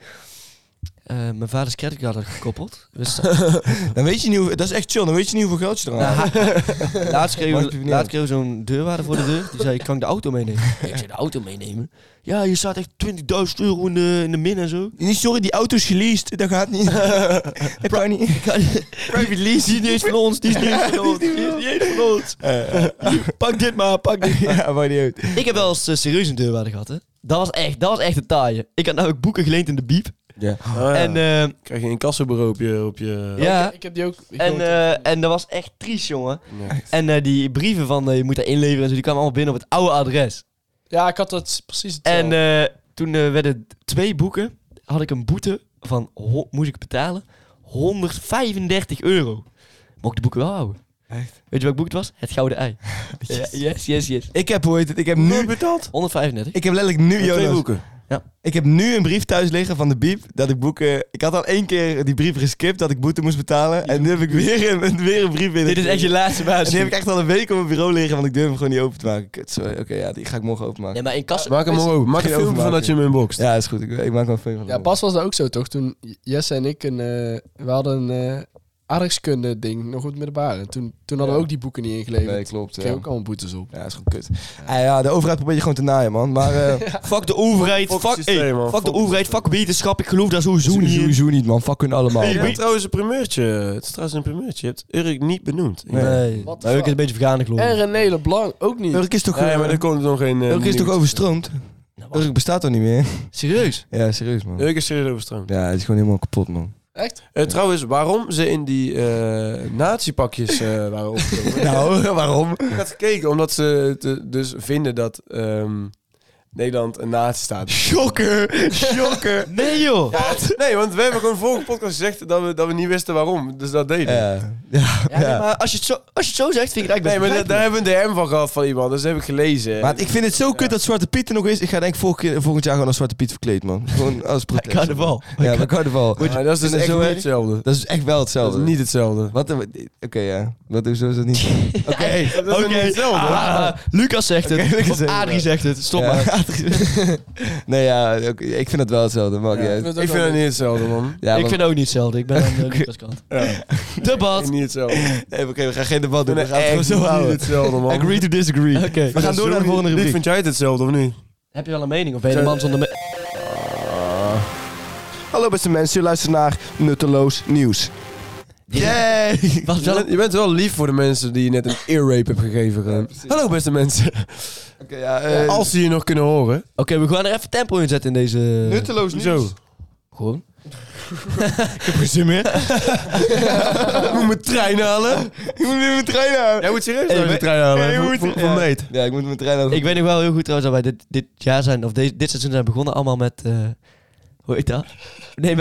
mijn vaders creditcard gekoppeld. Dus, Dan weet je niet hoe... Dat is echt chill. Dan weet je niet hoeveel geld je er aan hebt. laatst kreeg zo'n deurwaarder voor de deur. Die zei, kan ik de auto meenemen? Ik zei, de auto meenemen? Ja, je staat echt €20.000 in de min en zo. Sorry, die auto is geleased. Dat gaat niet. Dat kan niet. Private lease, die is niet eens van ons. Die is niet eens van ons. Die is niet eens van ons. Pak dit maar, pak dit maar. Ja, maar niet uit. Ik heb wel eens serieus een deurwaarder gehad, hè. Dat was echt een taaie. Ik had namelijk boeken geleend in de Biep. Ja. En krijg je een kassenbureau op je... ja. Ik heb die ook... En dat was echt triest, jongen. Ja. En die brieven van je moet dat inleveren en zo, die kwamen allemaal binnen op het oude adres. Ja, ik had dat precies hetzelfde. En toen werden 2 boeken, had ik een boete van, moest ik betalen, €135. Mocht ik de boeken wel houden. Echt? Weet je welk boek het was? Het Gouden Ei. Yes. Ik heb nu betaald. 135. Ik heb letterlijk nu, 2 boeken. Ja. Ik heb nu een brief thuis liggen van de Biep dat ik boeken... Ik had al 1 keer die brief geskipt dat ik boete moest betalen. En nu heb ik weer een brief binnen. Dit is echt je laatste baas. En die heb ik echt al een week op mijn bureau liggen, want ik durf hem gewoon niet open te maken. Kut, sorry. Oké, ja, die ga ik morgen openmaken. Nee, maar in kassen... Maak hem maar open. Maak een filmpje van dat je hem inboxt. Ja, is goed. Ik maak wel een filmpje van. Ja, pas was dat ook zo, toch? Toen Jesse en ik we hadden een aardrijkskunde ding nog goed met de baren. Toen hadden we ook die boeken niet ingeleverd. Nee, klopt. Kreeg ook allemaal boetes op. Ja, is gewoon kut. Ja, de overheid probeert je gewoon te naaien, man. Maar fuck de overheid. Fuck de overheid. Fuck wetenschap. Ik geloof daar sowieso niet in. Sowieso niet, man. Fuck hun allemaal. Je hebt trouwens een primeurtje. Het is trouwens een primeurtje. Je hebt Urk niet benoemd. Nee. Maar Urk is een beetje vergaande geloof ik. En René Leblanc ook niet. Urk is toch... Nee, maar er komt nog geen... Urk is toch overstroomd? Urk bestaat toch niet meer? Serieus? Ja, serieus, man. Urk is serieus overstroomd. Ja, het is gewoon helemaal kapot, man. Echt? Trouwens, waarom ze in die nazi-pakjes waren opgekomen? Nou, waarom? Ik had gekeken, omdat ze dus vinden dat Nederland een nazi-staat is. Shocker! Nee, joh! Ja, nee, want we hebben gewoon vorige podcast gezegd dat we niet wisten waarom. Dus dat deden we. Ja, maar als je het zo zegt, vind ik het eigenlijk Nee, maar best daar hebben we een DM van gehad van iemand. Dus dat heb ik gelezen. Maar ik vind het zo kut dat Zwarte Piet er nog is. Ik ga denk ik volgend jaar gewoon als Zwarte Piet verkleed, man. Gewoon als protest. Carnaval. Ja, bij carnaval. Ja, dat is dus echt niet hetzelfde. Dat is echt wel hetzelfde. Dat is niet hetzelfde. Oké, ja. Wat hoezo is dat niet? Oké. Dat is niet hetzelfde. Lucas zegt het. Lucas Of zegt het. Adrie zegt het. Stop Ja. maar. Nee, ja. Ik vind het wel hetzelfde. Maar Ik vind het niet hetzelfde, man. Ja, Ik vind het ook niet hetzelfde. Ik ben aan de Lucas kant. Debat. Niet hetzelfde. Nee, oké, we gaan geen debat doen. Ik We gaan het gewoon zo niet houden. hetzelfde, man. Agree to disagree. Oké. We gaan door naar de volgende rubriek. Vind jij het hetzelfde of niet? Heb je wel een mening? Of ben je een man zonder... Hallo beste mensen, u luistert naar Nutteloos Nieuws. Yay! Je bent wel lief voor de mensen die je net een earrape hebt gegeven. Hallo beste mensen. Oké, Als ze je nog kunnen horen. Oké, we gaan er even tempo in zetten in deze... Nutteloos Nieuws. Gewoon. Ik heb geen zin meer. Ik moet mijn trein halen. Ik moet weer mijn trein halen. Jij moet serieus mijn trein halen. Van meet. Ja, ik moet mijn trein halen. Ik weet nog wel heel goed trouwens dat wij dit jaar zijn, of dit seizoen zijn begonnen allemaal met... hoe heet dat? Nee,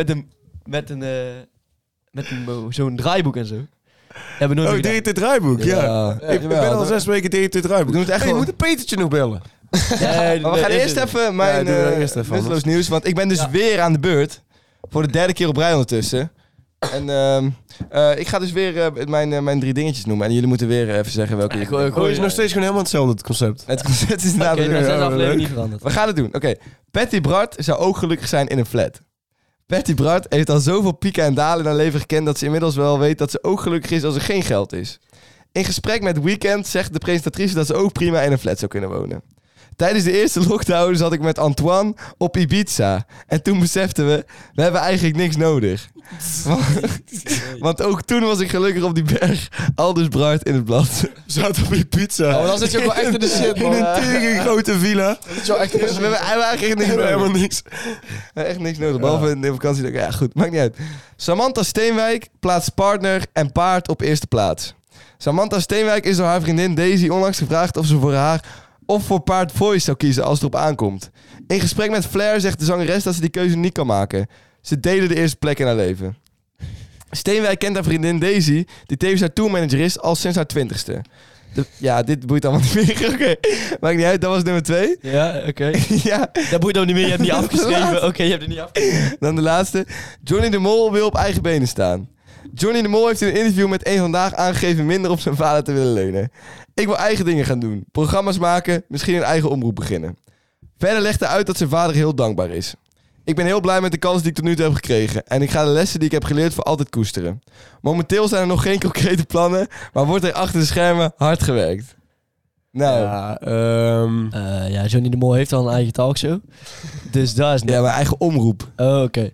met zo'n draaiboek en zo. Hebben we nooit gedaan. direct het draaiboek, ja. Ik ben al 6 weken direct het draaiboek. We doen het echt je moet een Petertje nog bellen. Maar we gaan eerst even mijn nutteloos nieuws, want ik ben dus weer aan de beurt. Voor de 3e keer op rij ondertussen. En ik ga dus weer mijn 3 dingetjes noemen. En jullie moeten weer even zeggen welke... Het is nog steeds gewoon helemaal hetzelfde, het concept. Het concept is inderdaad... Oké, dat is aflevering niet veranderd. We gaan het doen. Oké. Patty Bart zou ook gelukkig zijn in een flat. Patty Bart heeft al zoveel pieken en dalen in haar leven gekend dat ze inmiddels wel weet dat ze ook gelukkig is als er geen geld is. In gesprek met Weekend zegt de presentatrice dat ze ook prima in een flat zou kunnen wonen. Tijdens de eerste lockdown zat ik met Antoine op Ibiza. En toen beseften we hebben eigenlijk niks nodig. Want ook toen was ik gelukkig op die berg. Aldus Bart in het blad. Zat op je pizza. Oh, dan zit je ook wel echt in de shit, man. In een tering grote villa. Dat is wel echt in de shit. We hebben eigenlijk niks nodig. Helemaal niks. We hebben echt niks nodig. Behalve in de vakantie. Ja, goed. Maakt niet uit. Samantha Steenwijk plaatst partner en paard op eerste plaats. Samantha Steenwijk is door haar vriendin Daisy onlangs gevraagd of ze voor haar of voor paard Voice zou kiezen als het erop aankomt. In gesprek met Flair zegt de zangeres dat ze die keuze niet kan maken. Ze delen de eerste plek in haar leven. Steenwijk kent haar vriendin Daisy, die tevens haar tourmanager is, al sinds haar 20ste. Ja, dit boeit allemaal niet meer. Oké, maakt niet uit. Dat was nummer 2. Ja, oké. Ja. Dat boeit ook niet meer. Je hebt niet afgeschreven. Oké, je hebt het niet afgeschreven. Dan de laatste. Johnny de Mol wil op eigen benen staan. Johnny de Mol heeft in een interview met Eén Vandaag aangegeven minder op zijn vader te willen leunen. Ik wil eigen dingen gaan doen. Programma's maken, misschien een eigen omroep beginnen. Verder legt hij uit dat zijn vader heel dankbaar is. Ik ben heel blij met de kans die ik tot nu toe heb gekregen. En ik ga de lessen die ik heb geleerd voor altijd koesteren. Momenteel zijn er nog geen concrete plannen, maar wordt er achter de schermen hard gewerkt. Nou. Ja, Johnny de Mol heeft al een eigen talkshow. Dus daar is... Ja, mijn eigen omroep. Oh, oké.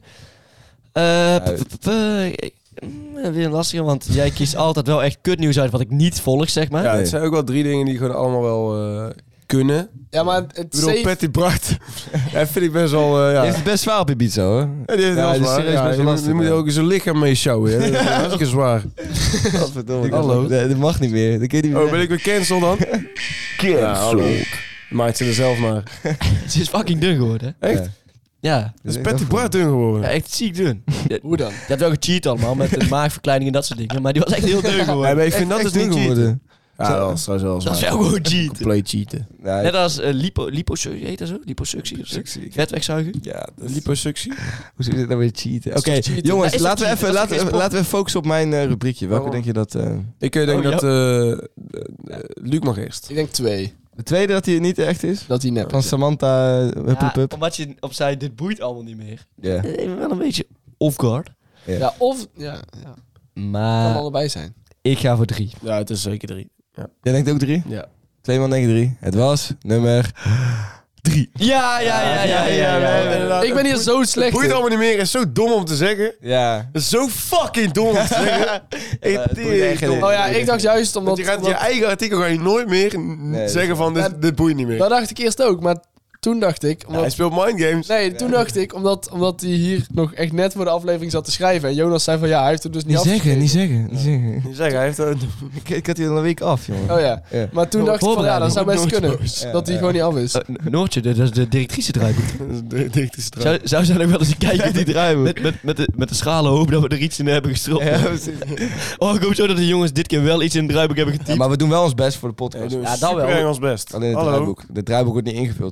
Weer een lastige, want jij kiest altijd wel echt kutnieuws uit wat ik niet volg, zeg maar. Ja, het zijn ook wel 3 dingen die gewoon allemaal wel kunnen. Ja, maar Ik bedoel, Patty Bart. Ja, vind ik best wel... Die heeft het best zwaar op Ibiza, hoor. Ja, die heeft het wel zwaar. serieus best wel lastig. Je moet ook zijn lichaam mee sjouwen. Hè. Dat is hartstikke zwaar. Godverdomme. Hallo. Nee, dat mag niet meer. Dat kun je niet meer. Oh, ben ik weer cancel dan? Cancel. Maakt ze er zelf maar. Ze is fucking dun geworden. Echt? Ja. Dat is Patty Bart dun geworden. Ja, echt ziek dun. Hoe dan? Je hebt wel gecheat allemaal met de maagverkleiding en dat soort dingen. Maar die was echt heel dun geworden. Ja, maar ik vind dat dus niet cheaten. Ja, dat is wel Dat is wel gewoon cheaten. Compleet cheaten. Nee, Net als liposuctie, heet dat zo? Liposuctie of zo? Vet wegzuigen? Ja, Liposuctie. hoe zit het nou weer cheaten? Oké, jongens, Ja, laten we even focussen op mijn rubriekje. Welke denk je dat... Ik denk dat Luc mag eerst. Ik denk 2. De tweede dat hij niet echt is? Dat hij nep Van is. Samantha Hupplepup. Omdat je opzij, dit boeit allemaal niet meer. Ja. Wel een beetje off-guard. Ja, of... Ja, kan Maar allebei zijn. ik ga voor 3. Ja, het is zeker 3. Jij denkt ook 3? Ja. 2 man denken 3. Het was nummer 3. Ja. Ik ben hier zo slecht Het boeit in. allemaal niet meer. Het is zo dom om te zeggen. Ja. Het is zo fucking dom om te zeggen. Oh ja, ik dacht juist omdat... Want je gaat je eigen artikel ga je nooit meer zeggen van dit boeit niet meer. Dat dacht ik eerst ook, maar toen dacht ik... Ja, hij speelt mindgames. Nee, toen dacht ik, omdat hij hier nog echt net voor de aflevering zat te schrijven. En Jonas zei van ja, hij heeft het dus niet afgeschreven. Niet zeggen. Je zegt, hij heeft Ik had hier al een week af, jongen. Oh ja. Maar toen dacht ik van ja, dat zou best kunnen. Ja. Dat hij gewoon niet af is. Noortje, dat is de directrice draaiboek. Zou zij nog wel eens kijken Die draaiboek. met de schalen hopen dat we er iets in hebben gestropt. Ja, precies. Oh, ik hoop zo dat de jongens dit keer wel iets in het draaiboek hebben Ja, getypt. maar we doen wel ons best voor de podcast. Ja, dat wel. Super ons best. Alleen het draaiboek. Het draaiboek wordt niet ingevuld.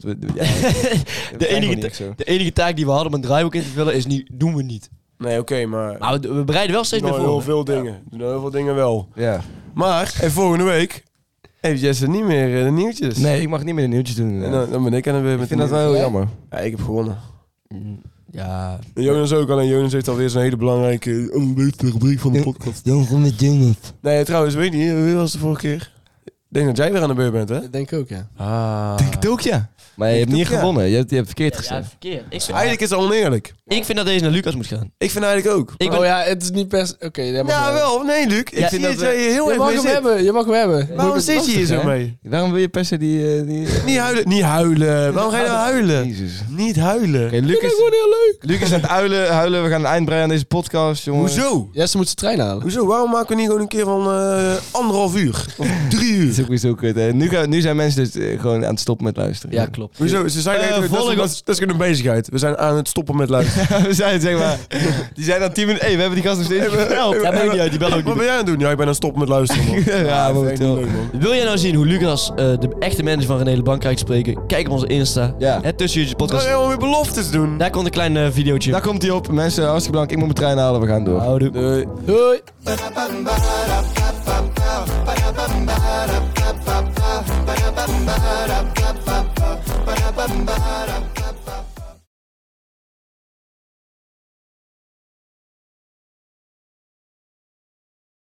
De enige taak die we hadden om een draaiboek in te vullen is niet, doen we niet. Nee, oké, maar... Maar we bereiden wel steeds meer nog voor. heel veel dingen. We doen heel veel dingen wel. Ja. Maar, en volgende week heeft Jesse niet meer de nieuwtjes. Nee, ik mag niet meer de nieuwtjes doen. En dan ben ik aan de beurt Ik met vind dat wel heel jammer. Ja, ik heb gewonnen. Ja. En Jonas ook, alleen Jonas heeft alweer zo'n hele belangrijke rubriek van de podcast. Jongen met Jonas. Nee, trouwens, weet je niet, wie was de vorige keer? Ik denk dat jij weer aan de beurt bent, hè? Dat denk ik ook, ja. Denk het ook, ja. Maar je hebt niet gewonnen. Je hebt verkeerd Ja, gestemd. verkeerd. Eigenlijk is het oneerlijk. Ik vind dat deze naar Lucas moet gaan. Ik vind eigenlijk ook. Oh ja, het is niet per... Oké, jij mag Ja, hem wel. Nee, Luc. Ik vind dat jij heel Je erg mag mee hem zit. hebben, je mag hem hebben. Waarom zit je hier zo hè? mee? Waarom wil je per se die... Niet huilen. Niet huilen. Waarom ga je nou huilen? Jezus. Niet huilen. Oké, Lucas, Gewoon heel leuk. Lucas aan het huilen. We gaan een eind breien aan deze podcast, jongen. Hoezo? Jesse moet zijn trein halen. Hoezo? Waarom maken we niet gewoon een keer van 1,5 uur? Of 3 Dat is uur? ook weer zo kut, hè. Nu zijn mensen dus gewoon aan het stoppen met luisteren. Ja, klopt. Hoezo? Ze zijn dat is een bezigheid. We zijn aan het stoppen met luisteren. We zijn het, zeg maar. Die zijn dan 10 minuten... we hebben die gast nog steeds niet verteld. Ja, maakt niet uit, die bel ook Wat niet. ben jij aan het doen? Ja, ik ben aan het stoppen met luisteren, man. Ja, vind ik niet momenteel. leuk, man. Wil jij nou zien hoe Lucas de echte manager van René Leblanc krijgt spreken? Kijk op onze Insta. Ja. Het Tussenuurtjes Ga podcast. je gewoon weer beloftes doen? Daar komt een klein videootje. Daar komt hij op. Mensen, hartstikke bedankt. Ik moet mijn trein halen. We gaan door. Houdoe. Doei. Doei.